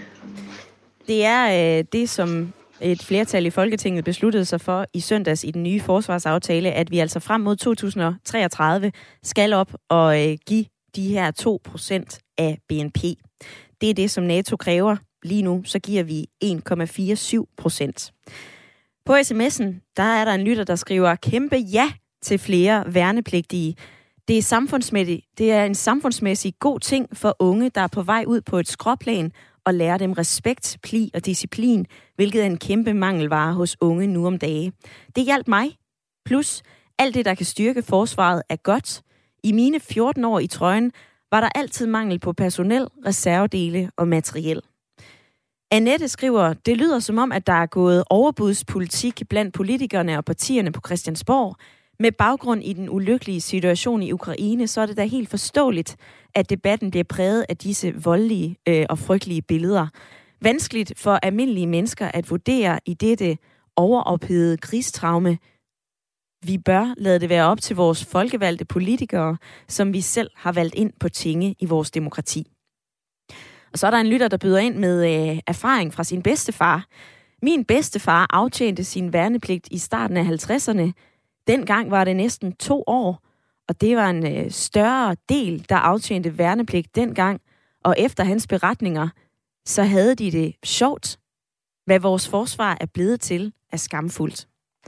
Det er øh, det, som et flertal i Folketinget besluttede sig for i søndags i den nye forsvarsaftale, at vi altså frem mod to tusind og treogtredive skal op og øh, give de her to procent af B N P. Det er det, som NATO kræver. Lige nu, så giver vi en komma syv procent. På sms'en, der er der en lytter, der skriver, kæmpe ja til flere værnepligtige. Det er, samfundsmæssigt, det er en samfundsmæssig god ting for unge, der er på vej ud på et skråplan, og lære dem respekt, pli og disciplin, hvilket er en kæmpe mangelvare hos unge nu om dage. Det hjalp mig. Plus, alt det, der kan styrke forsvaret, er godt. I mine fjorten år i trøjen var der altid mangel på personel, reservedele og materiel. Annette skriver, det lyder som om, at der er gået overbudspolitik blandt politikerne og partierne på Christiansborg. Med baggrund i den ulykkelige situation i Ukraine, så er det da helt forståeligt, at debatten bliver præget af disse voldelige øh, og frygtelige billeder. Vanskeligt for almindelige mennesker at vurdere i dette overophedede krigstraume. Vi bør lade det være op til vores folkevalgte politikere, som vi selv har valgt ind på tinge i vores demokrati. Og så er der en lytter, der byder ind med øh, erfaring fra sin bedstefar. Min bedstefar aftjente sin værnepligt i starten af halvtredserne. Dengang var det næsten to år, og det var en øh, større del, der aftjente værnepligt dengang. Og efter hans beretninger, så havde de det sjovt. Hvad vores forsvar er blevet til, er skamfuldt.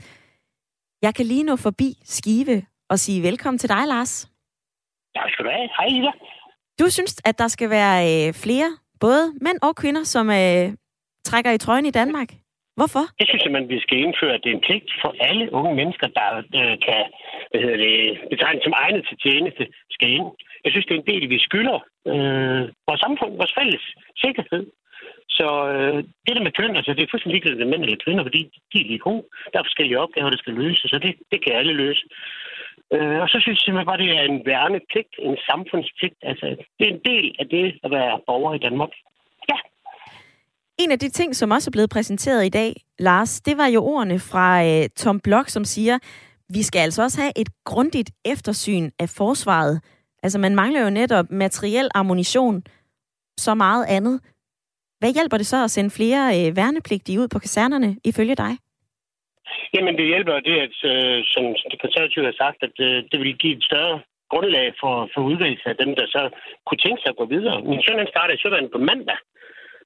Jeg kan lige nå forbi Skive og sige velkommen til dig, Lars. Tak skal du have. Hej, Ida. Du synes, at der skal være øh, flere, både mænd og kvinder, som øh, trækker i trøjen i Danmark. Hvorfor? Jeg synes simpelthen, at vi skal indføre, at det er en pligt for alle unge mennesker, der øh, kan hvad hedder det, betegne som egnet til tjeneste, skal ind. Jeg synes, det er en del, vi skylder øh, vores samfund, vores fælles sikkerhed. Så øh, det der med køn, altså det er fuldstændig ligegyldigt, at mænd eller kvinder, fordi de er lige gode. Der er forskellige opgaver, der skal løses, så det, det kan alle løse. Øh, og så synes jeg simpelthen bare, det er en værnepligt, en samfundspligt. Altså, det er en del af det at være borger i Danmark. Ja. En af de ting, som også er blevet præsenteret i dag, Lars, det var jo ordene fra øh, Tom Blok, som siger, vi skal altså også have et grundigt eftersyn af forsvaret. Altså, man mangler jo netop materiel ammunition, så meget andet. Hvad hjælper det så at sende flere øh, værnepligtige ud på kasernerne, ifølge dig? Jamen, det hjælper det, at øh, som det konservative har sagt, at øh, det vil give et større grundlag for, for udvælgelse af dem, der så kunne tænke sig at gå videre. Min søn, han startede i Søværnet på mandag.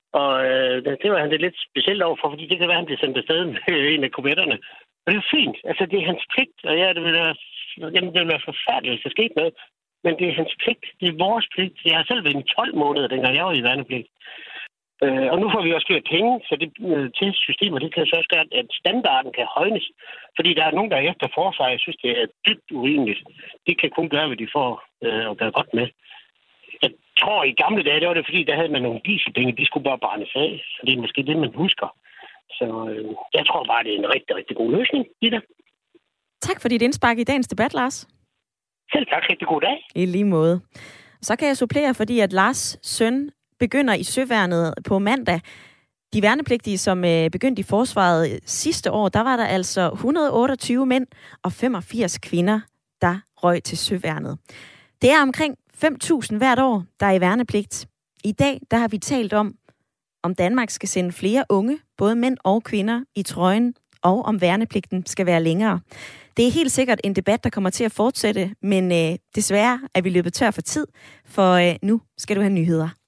Og øh, det var han det lidt specielt overfor, fordi det kan være, at han bliver sendt afsted med en af kubetterne. Og det er fint. Altså, det er hans pligt, og ja, det vil være, jamen, det vil være forfærdeligt, hvis der skete noget. Men det er hans pligt. Det er vores pligt. Jeg har selv været i tolv måneder, dengang jeg var i værnepligt. Øh, og nu får vi også flere penge, så det øh, til systemet, det kan så også gøre, at standarden kan højnes. Fordi der er nogen, der er efter forsvar, jeg synes, det er dybt urimeligt. De kan kun gøre, hvad de får øh, og gøre godt med. Jeg tror, i gamle dage, det var det, fordi der havde man nogle dieselpenge, de skulle bare brændes af. Så det er måske det, man husker. Så øh, jeg tror bare, det er en rigtig, rigtig god løsning i det. Tak for dit indspark i dagens debat, Lars. Selv tak. Rigtig god dag. I lige måde. Så kan jeg supplere, fordi at Lars' søn begynder i søværnet på mandag. De værnepligtige, som øh, begyndte i forsvaret sidste år, der var der altså et hundrede og otteogtyve mænd og femogfirs kvinder, der røg til søværnet. Det er omkring fem tusind hvert år, der er i værnepligt. I dag, der har vi talt om, om Danmark skal sende flere unge, både mænd og kvinder, i trøjen, og om værnepligten skal være længere. Det er helt sikkert en debat, der kommer til at fortsætte, men øh, desværre er vi løbet tør for tid, for øh, nu skal du have nyheder.